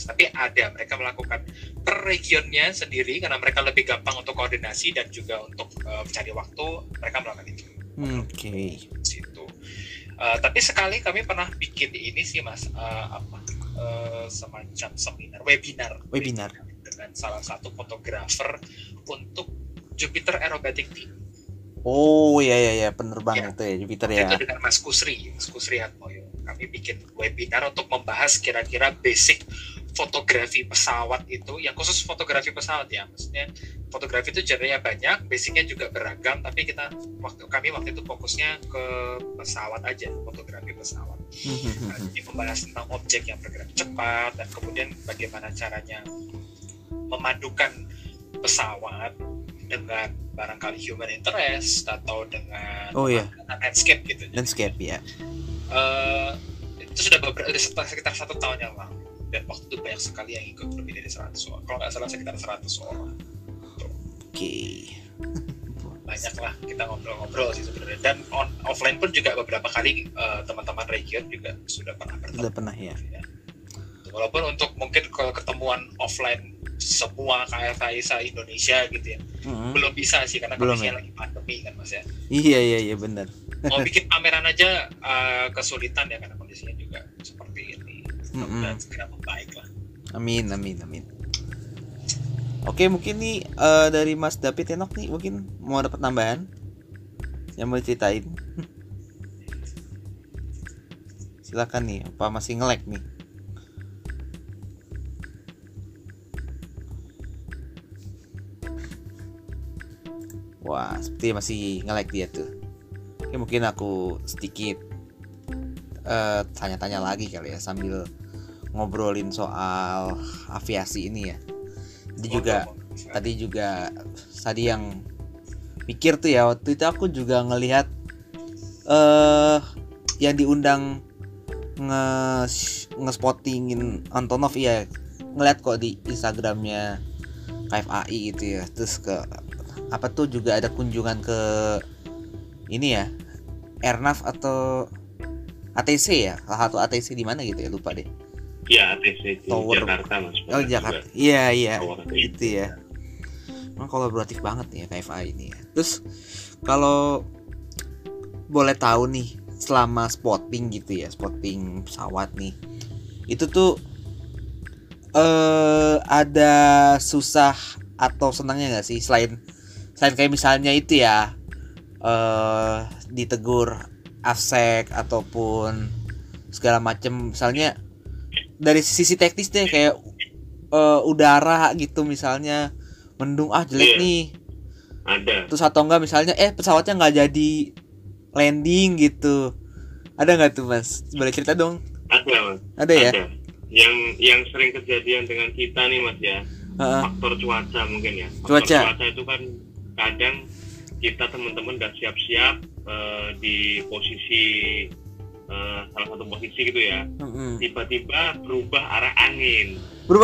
Mas. Tapi mereka melakukan per regionnya sendiri karena mereka lebih gampang untuk koordinasi dan juga untuk mencari waktu, mereka melakukan itu. Oke. Situ. Tapi sekali kami pernah bikin ini sih Mas, semacam webinar dengan salah satu fotografer untuk Jupiter Aerobatic Team. Oh iya penerbang itu ya Jupiter ya. Itu dengan Mas Kusri Atmoyo. Kami bikin webinar untuk membahas kira-kira basic fotografi pesawat itu, yang khusus fotografi pesawat ya, maksudnya fotografi itu genre banyak, basicnya juga beragam, tapi kami waktu itu fokusnya ke pesawat aja, fotografi pesawat. Jadi membahas tentang objek yang bergerak cepat dan kemudian bagaimana caranya memadukan pesawat dengan barangkali human interest atau dengan landscape gitu. Landscape ya. Itu sudah sekitar 1 tahun yang lalu. Dan waktu itu banyak sekali yang ikut, lebih dari 100 orang. Kalau nggak salah sekitar 100 orang. Oke. Banyak lah kita ngobrol-ngobrol sih sebenarnya. Dan offline pun juga beberapa kali teman-teman region juga sudah pernah bertemu. Sudah pernah ya. Walaupun untuk mungkin kalau ketemuan offline semua KFAI Indonesia gitu ya, belum bisa sih karena kondisinya lagi pandemi kan Mas ya. Iya benar. Mau bikin pameran aja kesulitan ya karena kondisinya juga seperti ini. Dan segera membaik lah. Amin. Oke, mungkin nih dari Mas David Enoch nih mungkin mau dapat tambahan yang mau diceritain. Silakan nih, apa masih nge-lag nih? Wah, seperti masih nge-lag dia tuh. Oke, mungkin aku sedikit tanya-tanya lagi kali ya sambil ngobrolin soal aviasi ini ya. Tadi juga yang mikir tuh ya, waktu itu aku juga ngelihat yang diundang nge-spottingin Antonov ya, ngeliat kok di Instagramnya KFAI gitu ya. Terus juga ada kunjungan ke ini ya, Airnav atau ATC ya, salah satu ATC di mana gitu ya, lupa deh. Iya, ATC di Jakarta Mas. Oh Jakarta. Iya itu ya. Memang kolaboratif banget nih ya KFAI ini ya. Terus kalau boleh tahu nih, selama spotting gitu ya, spotting pesawat nih, itu tuh ada susah atau senangnya nggak sih, selain kayak misalnya itu ya ditegur AFSEC ataupun segala macam, misalnya dari sisi teknis deh kayak udara gitu, misalnya mendung jelek nih ada, terus atau enggak misalnya pesawatnya nggak jadi landing gitu, ada nggak tuh Mas? Boleh cerita dong. Ada Mas. Ada ya. Yang sering kejadian dengan kita nih Mas ya, faktor cuaca mungkin ya. Cuaca itu kan kadang kita teman-teman udah siap-siap di posisi salah satu posisi gitu ya, tiba-tiba berubah arah angin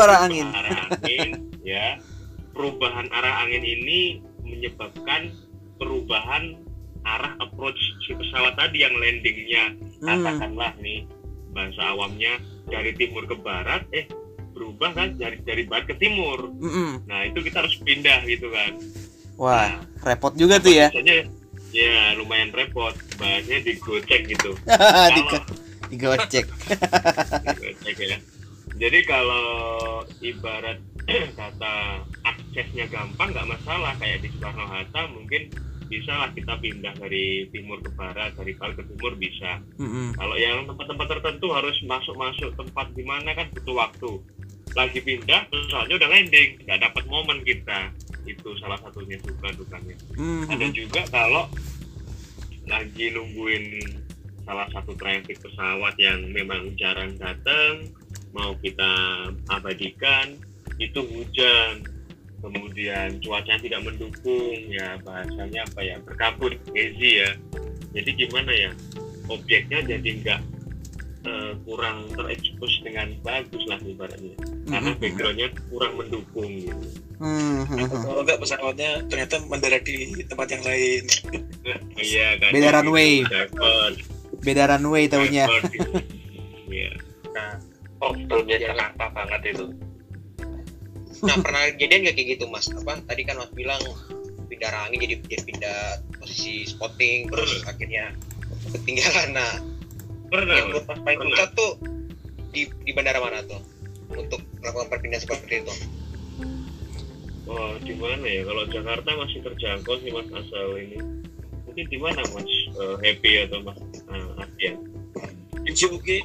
ya. Perubahan arah angin ini menyebabkan perubahan arah approach si pesawat tadi yang landingnya, katakanlah nih bahasa awamnya dari timur ke barat, berubah kan dari barat ke timur. Nah itu kita harus pindah gitu kan. Wah, repot juga tuh ya. Ya lumayan repot, bahasanya digocek gitu. Digocek ya. Jadi kalau ibarat kata aksesnya gampang nggak masalah, kayak di Soekarno Hatta mungkin bisa lah kita pindah dari timur ke barat, dari barat ke timur bisa. Kalau yang tempat-tempat tertentu harus masuk tempat di mana kan butuh waktu. Lagi pindah, pesawatnya udah landing, nggak dapat momen kita. Itu salah satunya dukanya. Ada juga kalau lagi nungguin salah satu traffic pesawat yang memang jarang datang, mau kita abadikan, itu hujan, kemudian cuacanya tidak mendukung, ya bahasanya apa ya, berkabut, hazy ya. Jadi gimana ya, objeknya jadi nggak kurang terekspos dengan bagus lah ibaratnya, karena backgroundnya kurang mendukung gitu. Kalau nggak pesawatnya ternyata mendarat di tempat yang lain. Iya kan. Beda runway tahunya. Iya. Nah, sebelumnya Jakarta banget banget itu. Nah, pernah kejadian gak kayak gitu Mas? Apa tadi kan Mas bilang pindah rangi jadi pindah posisi spotting terus akhirnya ketinggalan. Nah, yang menurut Mas paling susah tuh di bandara mana tuh untuk melakukan perpindahan seperti itu? Oh, di mana ya? Kalau Jakarta masih terjangkau sih Mas, asal ini. Mungkin di mana Mas? Happy atau Mas Afian? Oke.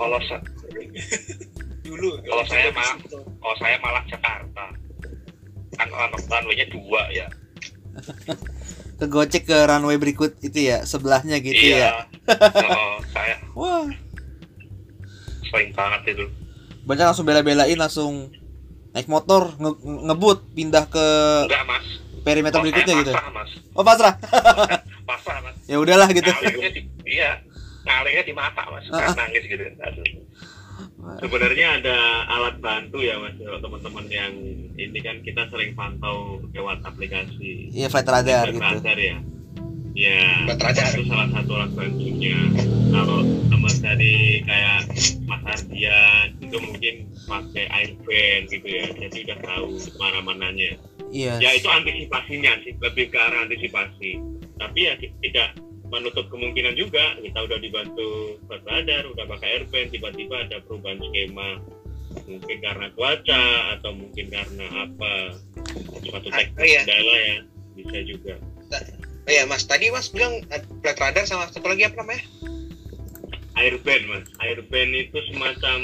Kalau saya malah Jakarta. Kan runway-nya 2 ya. Kegocek ke runway berikut itu ya, sebelahnya gitu iya. ya. Saya Wah, sering banget itu. banyak langsung bela-belain langsung naik motor ngebut pindah ke Enggak Mas. perimeter berikutnya gitu. Pasrah, Mas. Oh, pasrah. Pasrah Mas. Ya udahlah gitu. Ngalirnya di mata Mas. Nangis gitu. Aduh. Sebenarnya ada alat bantu ya Mas, kalau teman-teman yang ini kan kita sering pantau lewat aplikasi. Iya, flight radar Flight gitu. radar ya. Ya, Flight radar. itu salah satu alat bantunya. Kalau teman dari kayak Mas Ardian itu mungkin pakai airband gitu ya, jadi udah tahu mana-mananya. Iya. Ya itu antisipasinya sih, lebih ke arah antisipasi. Tapi ya tidak menutup kemungkinan juga kita udah dibantu flight radar, udah pakai airband, tiba-tiba ada perubahan skema, mungkin karena cuaca atau mungkin karena apa, suatu teknik iya. kendala ya, bisa juga. Oh ya Mas, tadi Mas bilang flight radar sama satu lagi apa namanya? Airband Mas, airband itu semacam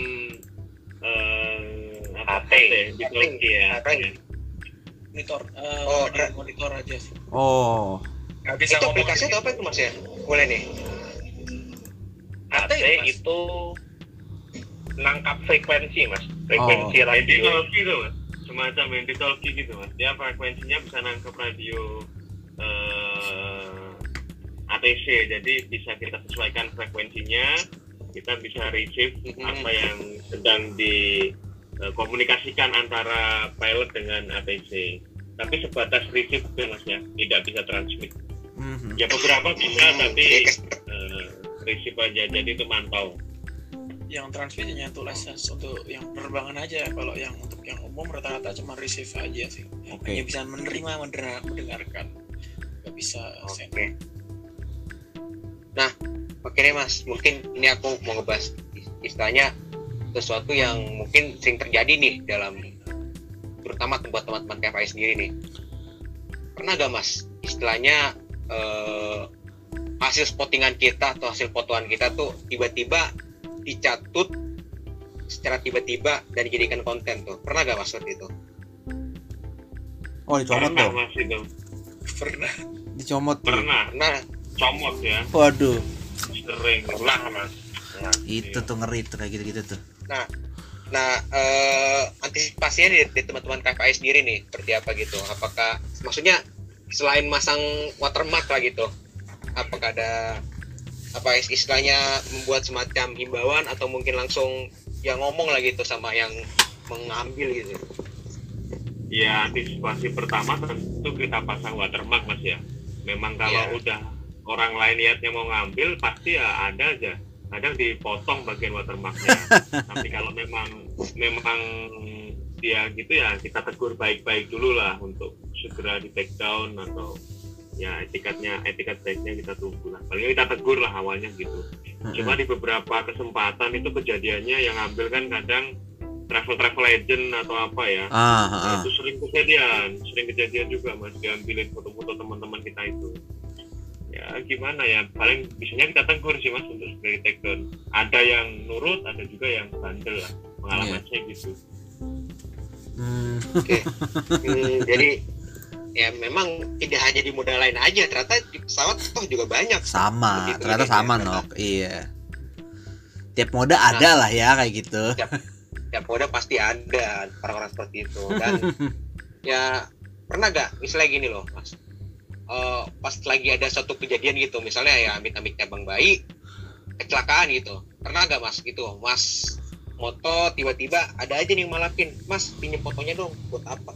HT. ya. Monitor. Monitor aja sih. Oh. Nggak bisa Itu ngomong aplikasi atau apa itu Mas ya? Boleh nih. HT ya, Mas? itu nangkap frekuensi Mas. Frekuensi radio. Handtalkie itu Mas, semacam handtalkie gitu Mas. Dia frekuensinya bisa nangkap radio ATC, jadi bisa kita sesuaikan frekuensinya, kita bisa receive apa yang sedang dikomunikasikan antara pilot dengan ATC. Tapi sebatas receive Mas ya, tidak bisa transmit. Ya beberapa bisa, tapi receive aja, jadi itu mantau. Yang transmit hanya untuk license untuk yang penerbangan aja. Kalau yang untuk yang umum rata-rata cuma receive aja sih. Oke. Hanya bisa menerima, mendengarkan. Nggak bisa send. Oke. Nah, oke nih Mas, mungkin ini aku mau ngebahas istilahnya sesuatu yang mungkin sering terjadi nih dalam, terutama buat teman-teman KFI sendiri nih. Pernah gak Mas, istilahnya hasil spottingan kita atau hasil fotoan kita tuh tiba-tiba dicatut secara tiba-tiba dan dijadikan konten tuh? Pernah gak Mas seperti itu? Oh, dicomot Pernah tuh. Mas itu. Pernah. Dicomot tuh. Pernah. Nah, Comot ya. Waduh. Sering. Pernah Mas. Itu tuh ngeri tuh kayak gitu-gitu tuh. Nah, antisipasinya di teman-teman KFI sendiri nih seperti apa gitu? Apakah maksudnya selain masang watermark lah gitu, apakah ada apa istilahnya membuat semacam himbauan atau mungkin langsung yang ngomong lah gitu sama yang mengambil gitu? Ya, antisipasi pertama tentu kita pasang watermark Mas ya. Memang kalau udah orang lain niatnya mau ngambil, pasti ya ada aja. Kadang dipotong bagian watermarknya. Tapi kalau memang dia gitu ya, kita tegur baik-baik dulu lah untuk segera di take down, atau ya etiket baiknya kita tunggu lah. Paling kita tegur lah awalnya gitu. Cuma di beberapa kesempatan itu kejadiannya yang ngambil kan kadang travel agent atau apa ya. Nah, itu sering kejadian juga Mas, diambilin foto-foto teman-teman kita itu. Ya gimana ya, paling bisanya kita tegur sih Mas untuk segera di take down. Ada yang nurut, ada juga yang bandel lah, pengalaman saya gitu. Oke. Jadi ya memang tidak hanya di moda lain aja, ternyata di pesawat toh juga banyak. Sama, begitu, ternyata gitu, sama ya, Nok. Iya. Tiap moda ada lah ya kayak gitu. Tiap moda pasti ada orang-orang seperti itu. Dan ya pernah gak misalnya gini loh Mas, pas lagi ada suatu kejadian gitu, misalnya ya amit-amitnya Bang Bayi kecelakaan gitu, pernah gak Mas gitu, Mas moto tiba-tiba ada aja nih yang malakin, Mas pinjam fotonya dong, buat apa,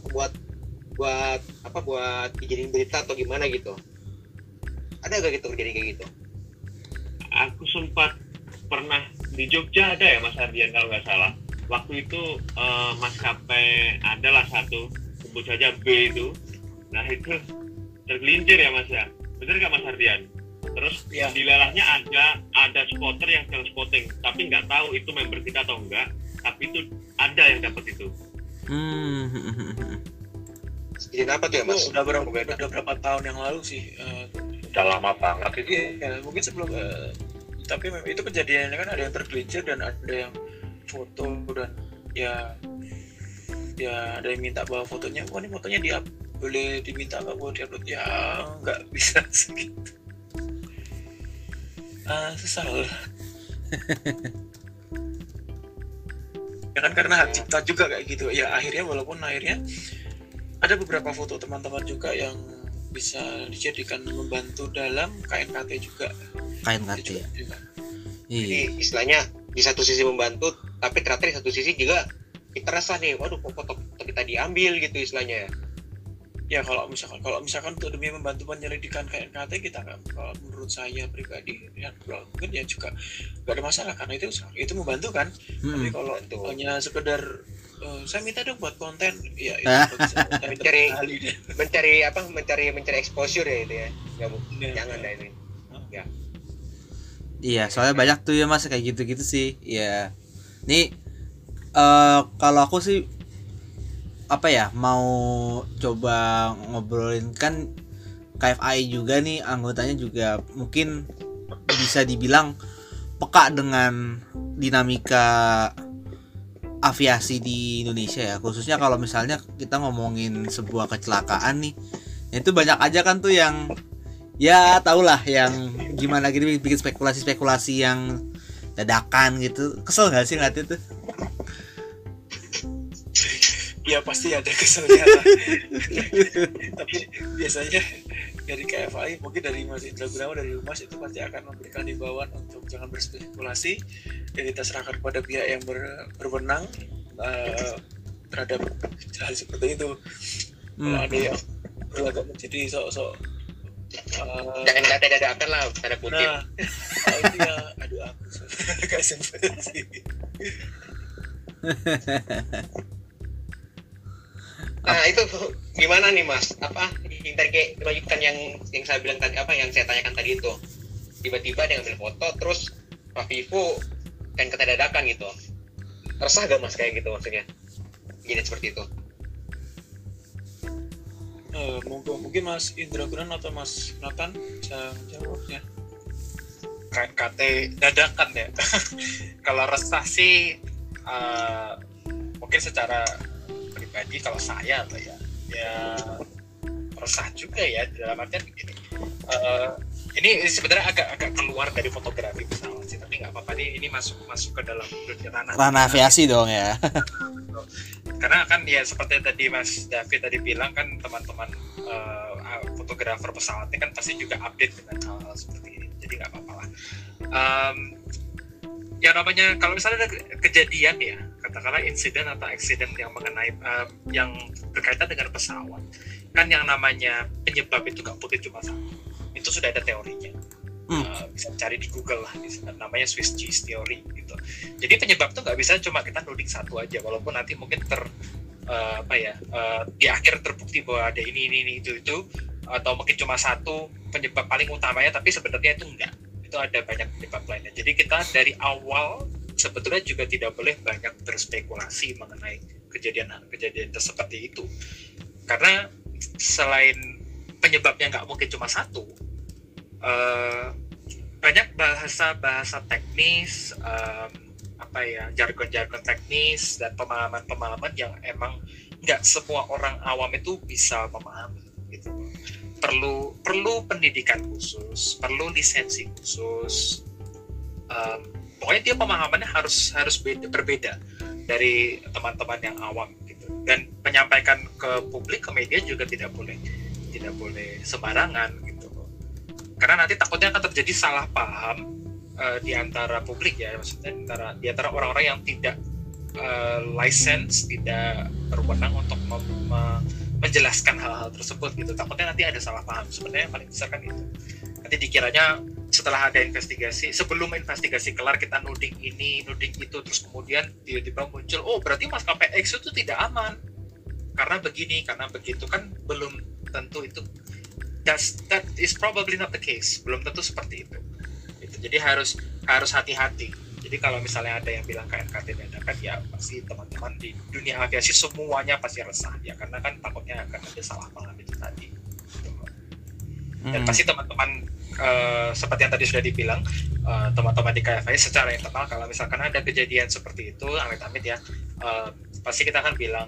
buat dijadiin berita atau gimana gitu? Ada gak gitu kejadian kayak gitu? Aku sempat pernah di Jogja, ada ya Mas Ardian kalau nggak salah. waktu itu maskapai adalah satu sebut saja B itu, nah itu tergelincir ya Mas ya, bener nggak Mas Ardian? Terus Iya. di lelahnya ada spotter yang sedang spotting, tapi nggak tahu itu member kita atau enggak, tapi itu ada yang dapat itu. Jadi apa tuh ya Mas? Udah berapa tahun yang lalu sih. Udah lama banget itu. Iya, mungkin sebelum tapi memang itu kejadiannya kan ada yang tergelincir dan ada yang foto dan ya ada yang minta bawa fotonya. Wah, ini fotonya dia boleh diminta nggak buat diupload? Ya nggak bisa segitu. Susah. Ya kan karena hak cipta juga kayak gitu. Ya akhirnya ada beberapa foto teman-teman juga yang bisa dijadikan membantu dalam KNKT juga. KNKT ya. Jadi istilahnya di satu sisi membantu, tapi ternyata di satu sisi juga kita rasa nih, waduh kok foto kita diambil gitu istilahnya. Ya kalau misalkan untuk demi membantu penyelidikan KNKT kita kan, kalau menurut saya pribadi ya mungkin ya juga nggak ada masalah karena itu membantu kan. Tapi kalau hanya sekedar saya minta dong buat konten, ya itu mencari exposure ya itu ya. Jangan dah itu. Ya. Iya, soalnya banyak tuh ya Mas kayak gitu-gitu sih. Ya. Nih kalau aku sih apa ya, mau coba ngobrolin kan KFI juga nih, anggotanya juga mungkin bisa dibilang peka dengan dinamika aviasi di Indonesia ya, khususnya kalau misalnya kita ngomongin sebuah kecelakaan nih, itu banyak aja kan tuh yang ya tahulah yang gimana gitu, bikin spekulasi yang dadakan gitu. Kesel gak sih ngeliat itu? Ya pasti ada keselnya lah. Tapi biasanya dari KFI, mungkin dari Mas Indra Gunawan, dari Humas itu pasti akan memberikan himbauan untuk jangan berspekulasi dan kita serahkan kepada pihak yang berwenang terhadap hal seperti itu. Kalau ada yang berlagak menjadi sok-sok jangan dadakan lah, tanda kutip. Nah, itu ya, aduh aku gak sempet sih. Nah itu gimana nih Mas? Apa yang tadi kayak melanjutkan yang saya bilang tadi, apa yang saya tanyakan tadi itu, tiba-tiba dia ngambil foto terus Pak Vivo kan kata dadakan gitu. Resah gak Mas kayak gitu maksudnya? Jadi seperti itu. Mungkin Mas Indra Gunawan atau Mas Nathan bisa menjawabnya. KNKT dadakan ya. Kalau resah sih mungkin secara pribadi kalau saya apa ya resah juga ya, dalam artian begini, ini sebenarnya agak keluar dari fotografi pesawat sih, tapi nggak apa-apa, ini masuk ke dalam ranah aviasi dong ya. Karena kan ya seperti tadi Mas David tadi bilang kan, teman-teman fotografer pesawatnya kan pasti juga update dengan hal-hal seperti ini, jadi nggak apa-apa lah. Ya namanya kalau misalnya ada kejadian ya, katakanlah insiden atau accident yang mengenai yang berkaitan dengan pesawat, kan yang namanya penyebab itu nggak mungkin cuma satu, itu sudah ada teorinya. Bisa cari di Google lah, namanya Swiss cheese theory gitu. Jadi penyebab tuh nggak bisa cuma kita nuding satu aja, walaupun nanti mungkin di akhir terbukti bahwa ada ini itu, atau mungkin cuma satu penyebab paling utamanya, tapi sebenarnya itu enggak, itu ada banyak penyebab lainnya. Jadi kita dari awal sebetulnya juga tidak boleh banyak berspekulasi mengenai kejadian seperti itu, karena selain penyebabnya nggak mungkin cuma satu, banyak bahasa teknis, jargon teknis dan pemahaman yang emang nggak semua orang awam itu bisa memahami gitu. Perlu pendidikan khusus, perlu lisensi khusus. Pokoknya dia pemahamannya harus berbeda dari teman-teman yang awam gitu. Dan menyampaikan ke publik, ke media juga tidak boleh sembarangan gitu. Karena nanti takutnya akan terjadi salah paham di antara publik ya, maksudnya di antara orang-orang yang tidak license, tidak berwenang untuk menjelaskan hal-hal tersebut gitu. Takutnya nanti ada salah paham. Sebenarnya yang paling besar kan itu, nanti dikiranya setelah ada investigasi, sebelum investigasi kelar kita nuding ini, nuding itu, terus kemudian tiba-tiba muncul, oh berarti maskapai X itu tidak aman karena begini, karena begitu, kan belum tentu itu. That is probably not the case, belum tentu seperti itu. Jadi harus hati-hati. Jadi kalau misalnya ada yang bilang KNKT dadakan, ya pasti teman-teman di dunia aviasi semuanya pasti resah ya, karena kan takutnya akan ada salah paham itu tadi. Dan pasti teman-teman seperti yang tadi sudah dibilang, teman-teman di KFI secara internal kalau misalkan ada kejadian seperti itu, amit-amit ya, pasti kita akan bilang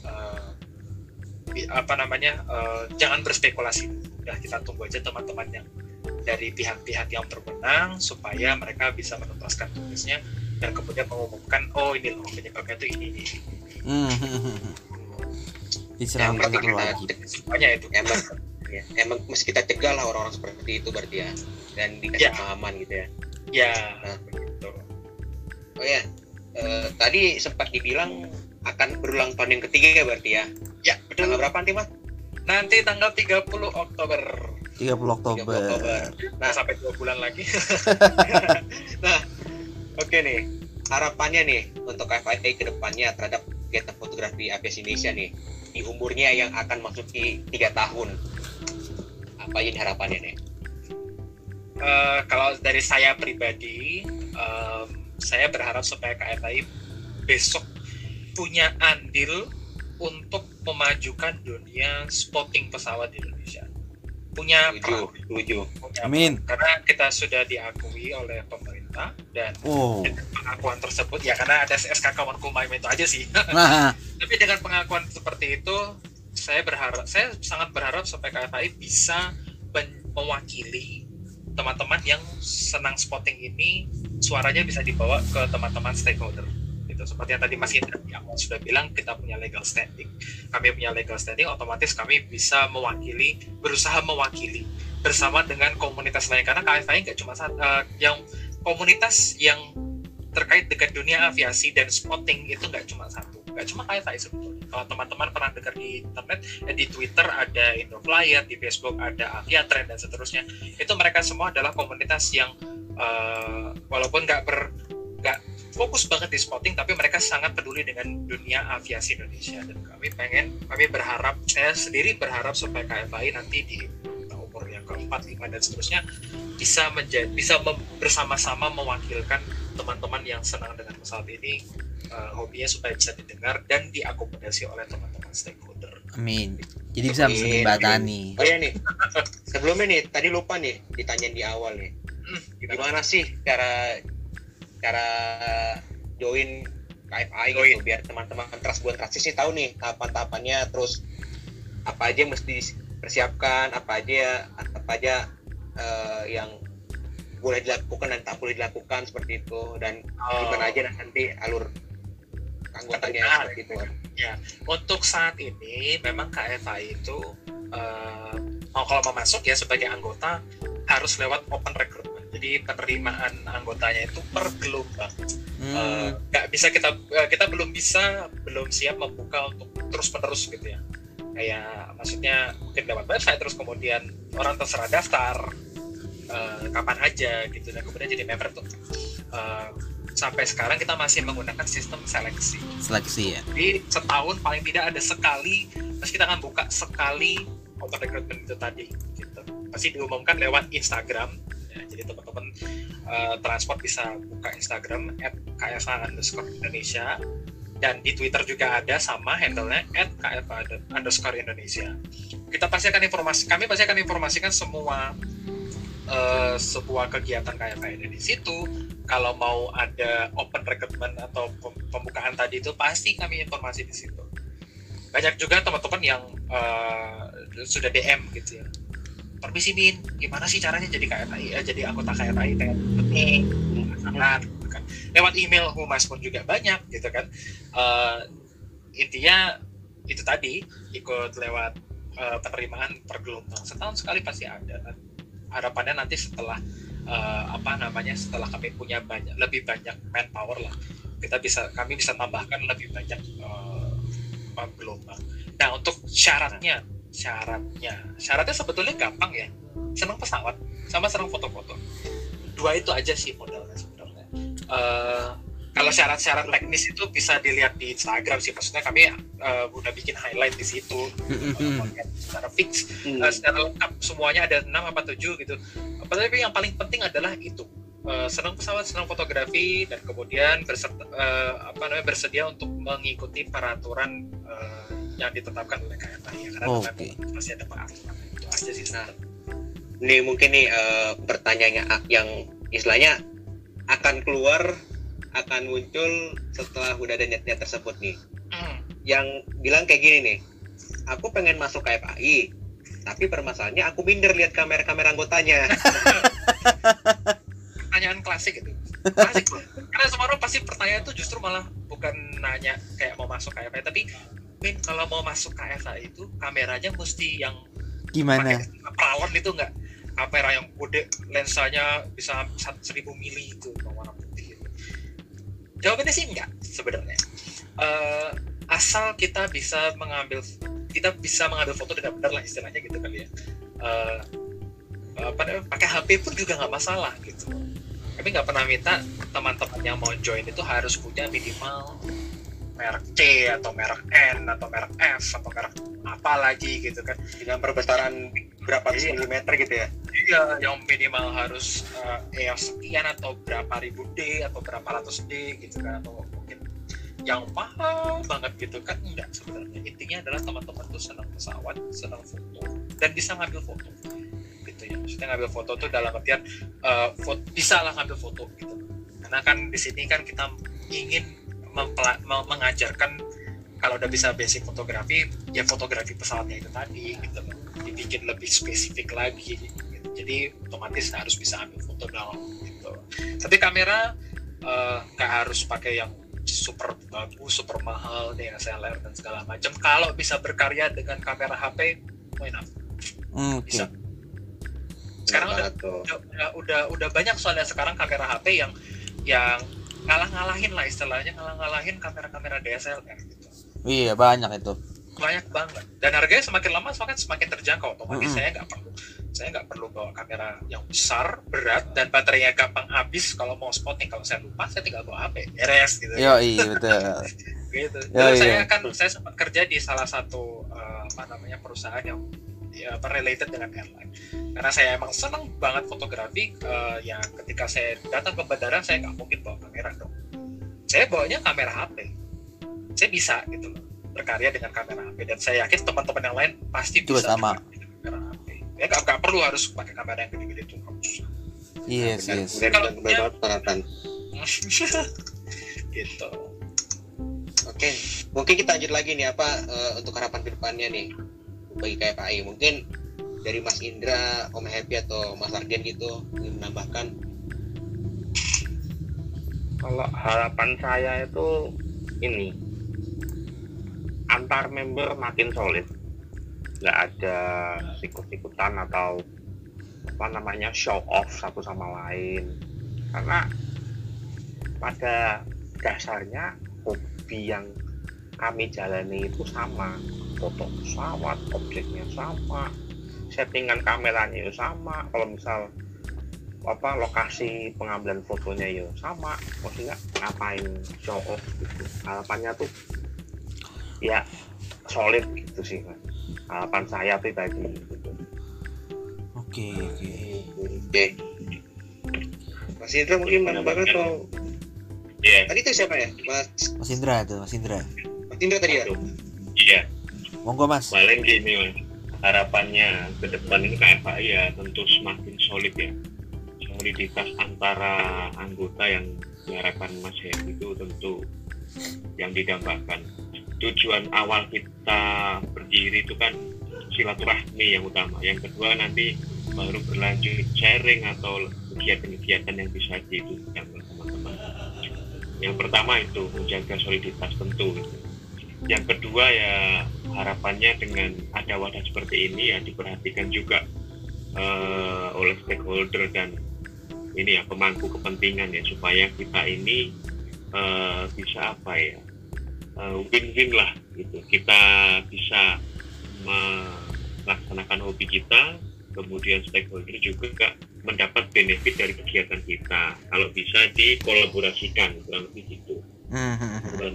jangan berspekulasi. Udah, kita tunggu aja teman-teman yang dari pihak-pihak yang berwenang supaya mereka bisa menuntaskan tugasnya dan kemudian mengumumkan, oh ini loh penyebabnya itu ini. Diserang banyak lagi. Semuanya itu. Emang mesti kita cegah lah orang-orang seperti itu berarti ya, dan dikasih pemahaman gitu ya. Ya. Nah, begitu. Oh ya, tadi sempat dibilang akan berulang tahun yang ketiga ya berarti ya. Ya, betul. Tanggal berapa nanti, Mas? Nanti tanggal 30 Oktober. 30 Oktober. Nah, sampai 2 bulan lagi. Nah, oke nih. Harapannya nih untuk FIA ke depannya terhadap kegiatan fotografi aviasi Indonesia nih di umurnya yang akan masuki 3 tahun. Apa ini harapannya nih? Kalau dari saya pribadi, saya berharap supaya KFI besok punya andil untuk memajukan dunia spotting pesawat di Indonesia. Punya setuju. Amin. Karena kita sudah diakui oleh pemerintah dan dengan pengakuan tersebut ya, karena ada SK Kemenkumham itu aja sih. Tapi dengan pengakuan seperti itu, saya sangat berharap supaya KFI bisa mewakili teman-teman yang senang spotting ini, suaranya bisa dibawa ke teman-teman stakeholder. Gitu. Seperti yang tadi Mas Indra di awal sudah bilang, kita punya legal standing. Kami punya legal standing, otomatis kami bisa berusaha mewakili bersama dengan komunitas lain. Karena KFI nggak cuma yang komunitas yang terkait dengan dunia aviasi dan spotting itu nggak cuma satu, nggak cuma KFI sebetulnya. Kalau teman-teman pernah dengar di internet, di Twitter ada Indoflyer, di Facebook ada Aviatrend dan seterusnya. Itu mereka semua adalah komunitas yang walaupun nggak fokus banget di spotting, tapi mereka sangat peduli dengan dunia aviasi Indonesia. Dan saya sendiri berharap supaya KFI nanti di umur yang keempat, 5 dan seterusnya bisa bersama-sama mewakilkan teman-teman yang senang dengan pesawat ini, hobinya supaya bisa didengar dan diakomodasi oleh teman-teman stakeholder. Amin. Jadi bisa menjembatani. Oh ya nih, sebelumnya nih tadi lupa nih ditanyain di awal nih, gimana sih cara join KFI gitu, biar teman-teman Trustbound Transis ini tahu nih tahapan-tahapannya, terus apa aja yang mesti dipersiapkan, apa aja yang boleh dilakukan dan tak boleh dilakukan seperti itu, dan gimana aja nanti alur anggotanya seperti itu. Ya, untuk saat ini memang KFI itu kalau mau masuk ya sebagai anggota harus lewat open recruitment. Jadi penerimaan anggotanya itu per gelombang. Nggak bisa kita belum siap membuka untuk terus-menerus gitu ya. Kayak maksudnya mungkin lewat website terus kemudian orang terserah daftar kapan aja gitu, dan kemudian jadi member tuh. Sampai sekarang kita masih menggunakan sistem seleksi ya. Jadi setahun paling tidak ada sekali, terus kita akan buka sekali open recruitment itu tadi gitu. Pasti diumumkan lewat Instagram ya, jadi teman-teman transport bisa buka Instagram @kfa_Indonesia, dan di Twitter juga ada sama handle-nya @kfa_Indonesia. Kami pasti akan informasikan semua sebuah kegiatan KFA ini di situ. Kalau mau ada open recruitment atau pembukaan tadi itu pasti kami informasi di situ. Banyak juga teman-teman yang sudah DM gitu ya. Permisi Min, gimana sih caranya jadi KFI? Jadi anggota KFI sangat gitu kan. Lewat email humas pun juga banyak gitu kan. Intinya itu tadi, ikut lewat penerimaan per gelombang. Setahun sekali pasti ada. Harapannya nanti setelah setelah kami punya lebih banyak manpower lah, kami bisa tambahkan lebih banyak gelombang. Nah, untuk syaratnya sebetulnya gampang ya, senang pesawat sama senang foto-foto. dua itu aja sih modalnya sebenarnya. Kalau syarat-syarat teknis itu bisa dilihat di Instagram sih, maksudnya kami udah bikin highlight di situ secara fix, secara lengkap semuanya ada 6 apa 7 gitu. Tapi yang paling penting adalah itu senang pesawat, senang fotografi, dan kemudian bersedia untuk mengikuti peraturan yang ditetapkan oleh KFAI, karena masih ada peraturan itu aja sih. Nah, ini mungkin nih pertanyaannya yang istilahnya akan muncul setelah udah ada niat tersebut nih. Yang bilang kayak gini nih, aku pengen masuk KFAI, tapi permasalahannya aku minder lihat kamera-kamera anggotanya. Pertanyaan klasik itu. Klasik loh. Karena semua orang pasti pertanyaan itu justru malah bukan nanya kayak mau masuk KFAI, tapi kalau mau masuk KFAI itu kameranya mesti yang gimana? Perawan itu enggak? Kamera yang gede, lensanya bisa 1000 mili itu warna putih gitu. Jawabannya sih enggak sebenarnya. Asal kita bisa mengambil foto dengan benar lah istilahnya gitu kali ya. Pakai HP pun juga nggak masalah gitu. Kami nggak pernah minta teman-teman yang mau join itu harus punya minimal merek C atau merek N atau merek F atau merek apa lagi gitu kan, dengan perbesaran berapa milimeter gitu ya. Iya, yang minimal harus EOS sekian atau berapa ribu D atau berapa ratus D gitu kan, atau mungkin yang mahal banget gitu kan. Enggak, sebenarnya intinya adalah teman-teman tuh senang pesawat, senang foto, dan bisa ngambil foto gitu ya. Maksudnya ngambil foto tuh dalam artian bisa lah ngambil foto gitu, karena kan di sini kan kita ingin mengajarkan kalau udah bisa basic fotografi, ya fotografi pesawatnya itu tadi gitu, dibikin lebih spesifik lagi gitu. Jadi otomatis harus bisa ambil foto dong gitu. Tapi kamera nggak harus pakai yang super bagus, super mahal, DSLR dan segala macam. Kalau bisa berkarya dengan kamera HP, why not? Bisa. Sekarang udah banyak soalnya sekarang kamera HP yang ngalah-ngalahin lah istilahnya, ngalah-ngalahin kamera-kamera DSLR gitu. Iya, banyak itu. Banyak banget. Dan harganya semakin lama semakin terjangkau. Otomatis saya nggak perlu bawa kamera yang besar, berat, dan baterainya gampang habis kalau mau spotting. Kalau saya lupa, saya tinggal bawa HP, beres gitu. Iya, betul. Gitu. Saya sempat kerja di salah satu perusahaan yang related dengan airline. Karena saya emang senang banget fotografi, ya ketika saya datang ke bandara saya nggak mungkin bawa kamera dong. Saya bawanya kamera HP. Saya bisa gitu loh, berkarya dengan kamera HP, dan saya yakin teman-teman yang lain pasti juga bisa sama dengan kamera HP. Ya nggak perlu harus pakai kamera yang gede-gede itu, susah. Yes. Kalau peralatan. Gitu. Oke, mungkin kita lanjut lagi nih untuk harapan kedepannya nih bagi KFAI. Mungkin dari Mas Indra, Om Happy atau Mas Ardian gitu ingin menambahkan. Kalau harapan saya itu ini, antar member makin solid, nggak ada sikut-sikutan atau show off satu sama lain, karena pada dasarnya hobi yang kami jalani itu sama, foto pesawat, objeknya sama, settingan kameranya itu sama, kalau misal lokasi pengambilan fotonya ya sama, maksudnya ngapain show off gitu. Harapannya tuh ya solid gitu sih, Mas. Harapan saya pribadi gitu. Oke. Mas Indra mungkin menambahkan atau tadi itu siapa ya? Mas Indra tadi ya? Iya. Monggo Mas. Paling gini Mas, harapannya ke depan ini KFAI ya tentu semakin solid ya. Soliditas antara anggota yang diharapkan Mas Happy itu tentu yang didambakan. Tujuan awal kita berdiri itu kan silaturahmi yang utama. Yang kedua nanti baru berlanjut sharing atau kegiatan-kegiatan yang bisa dilakukan oleh teman-teman. Yang pertama itu menjaga soliditas tentu. Yang kedua ya harapannya dengan ada wadah seperti ini ya diperhatikan juga oleh stakeholder dan ini ya pemangku kepentingan ya, supaya kita ini bisa win-win lah gitu. Kita bisa melaksanakan hobi kita, kemudian stakeholder juga mendapat benefit dari kegiatan kita. Kalau bisa dikolaborasikan, kurang lebih gitu. Dan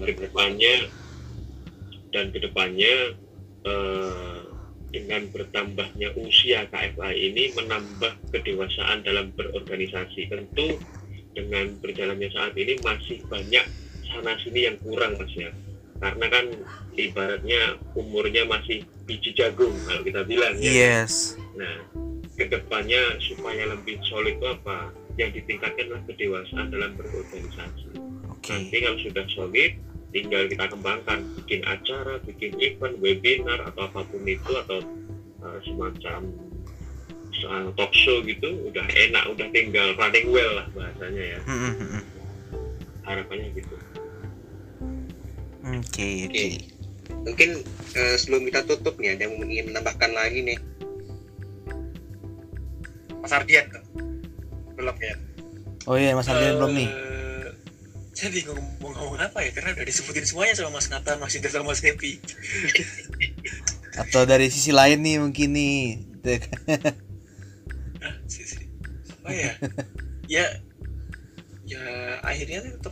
kedepannya dengan bertambahnya usia KFA ini menambah kedewasaan dalam berorganisasi. Tentu dengan berjalannya saat ini masih banyak sana sini yang kurang, Mas ya. Karena kan ibaratnya umurnya masih biji jagung kalau kita bilang ya. Yes. Nah, kedepannya supaya lebih solid itu apa? Yang ditingkatkan adalah kedewasaan dalam berorganisasi. Nanti kalau sudah solid, tinggal kita kembangkan, bikin acara, bikin event, webinar atau apapun itu, atau semacam talk show gitu, udah enak, udah tinggal running well lah bahasanya ya. Harapannya gitu. Oke. Mungkin sebelum kita tutup nih, ada yang ingin menambahkan lagi nih. Mas Ardian tuh belum ya? Oh iya, Mas Ardian belum nih. Jadi ngomong apa ya, karena udah disebutin semuanya sama Mas Nathan, Mas Indra, sama Mas Happy. Atau dari sisi lain nih mungkin nih. Sisi apa ya? Ya akhirnya tetap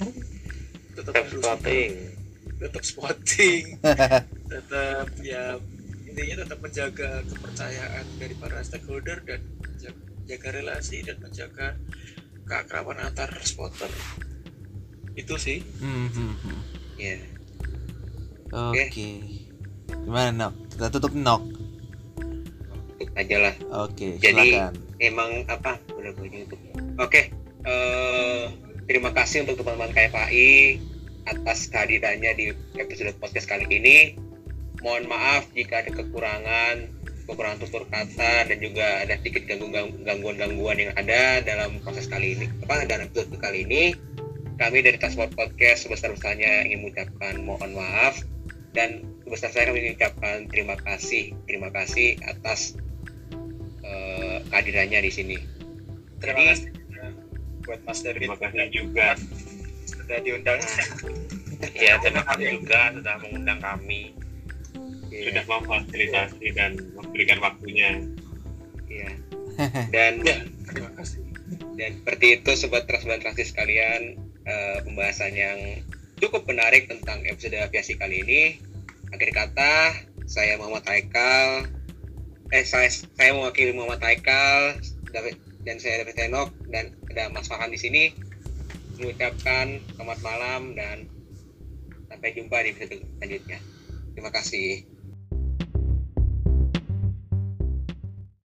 spotting, tetap ya intinya tetap menjaga kepercayaan dari para stakeholder dan menjaga relasi dan menjaga keakraban antar spotter. Itu sih. Ya. Oke. Gimana, Nok? Kita tutup, Nok. Tutup aja lah. Oke, Jadi silakan. emang apa? Udah gue tutup. Oke. Terima kasih untuk teman-teman KFAI atas kehadirannya di episode podcast kali ini. Mohon maaf jika ada kekurangan tutur kata dan juga ada sedikit gangguan-gangguan yang ada dalam proses kali ini. Dalam episode kali ini, kami dari Transport Podcast sebesar-besarnya ingin mengucapkan mohon maaf, dan sebesar-besarnya kami ingin mengucapkan terima kasih atas kehadirannya di sini. Terima kasih buat Mas David. Terima kasih juga sudah diundang. Ya, terima kasih juga sudah mengundang kami. Sudah memfasilitasi dan memberikan waktunya. Iya. Dan Terima kasih. Dan seperti itu sobat transplantasi sekalian, pembahasan yang cukup menarik tentang episode aviasi kali ini. Akhir kata, saya Muhammad Haikal. Saya mewakili Muhammad Haikal dan saya David Tenok, dan ada Mas Farhan di sini, mengucapkan selamat malam dan sampai jumpa di episode selanjutnya. Terima kasih.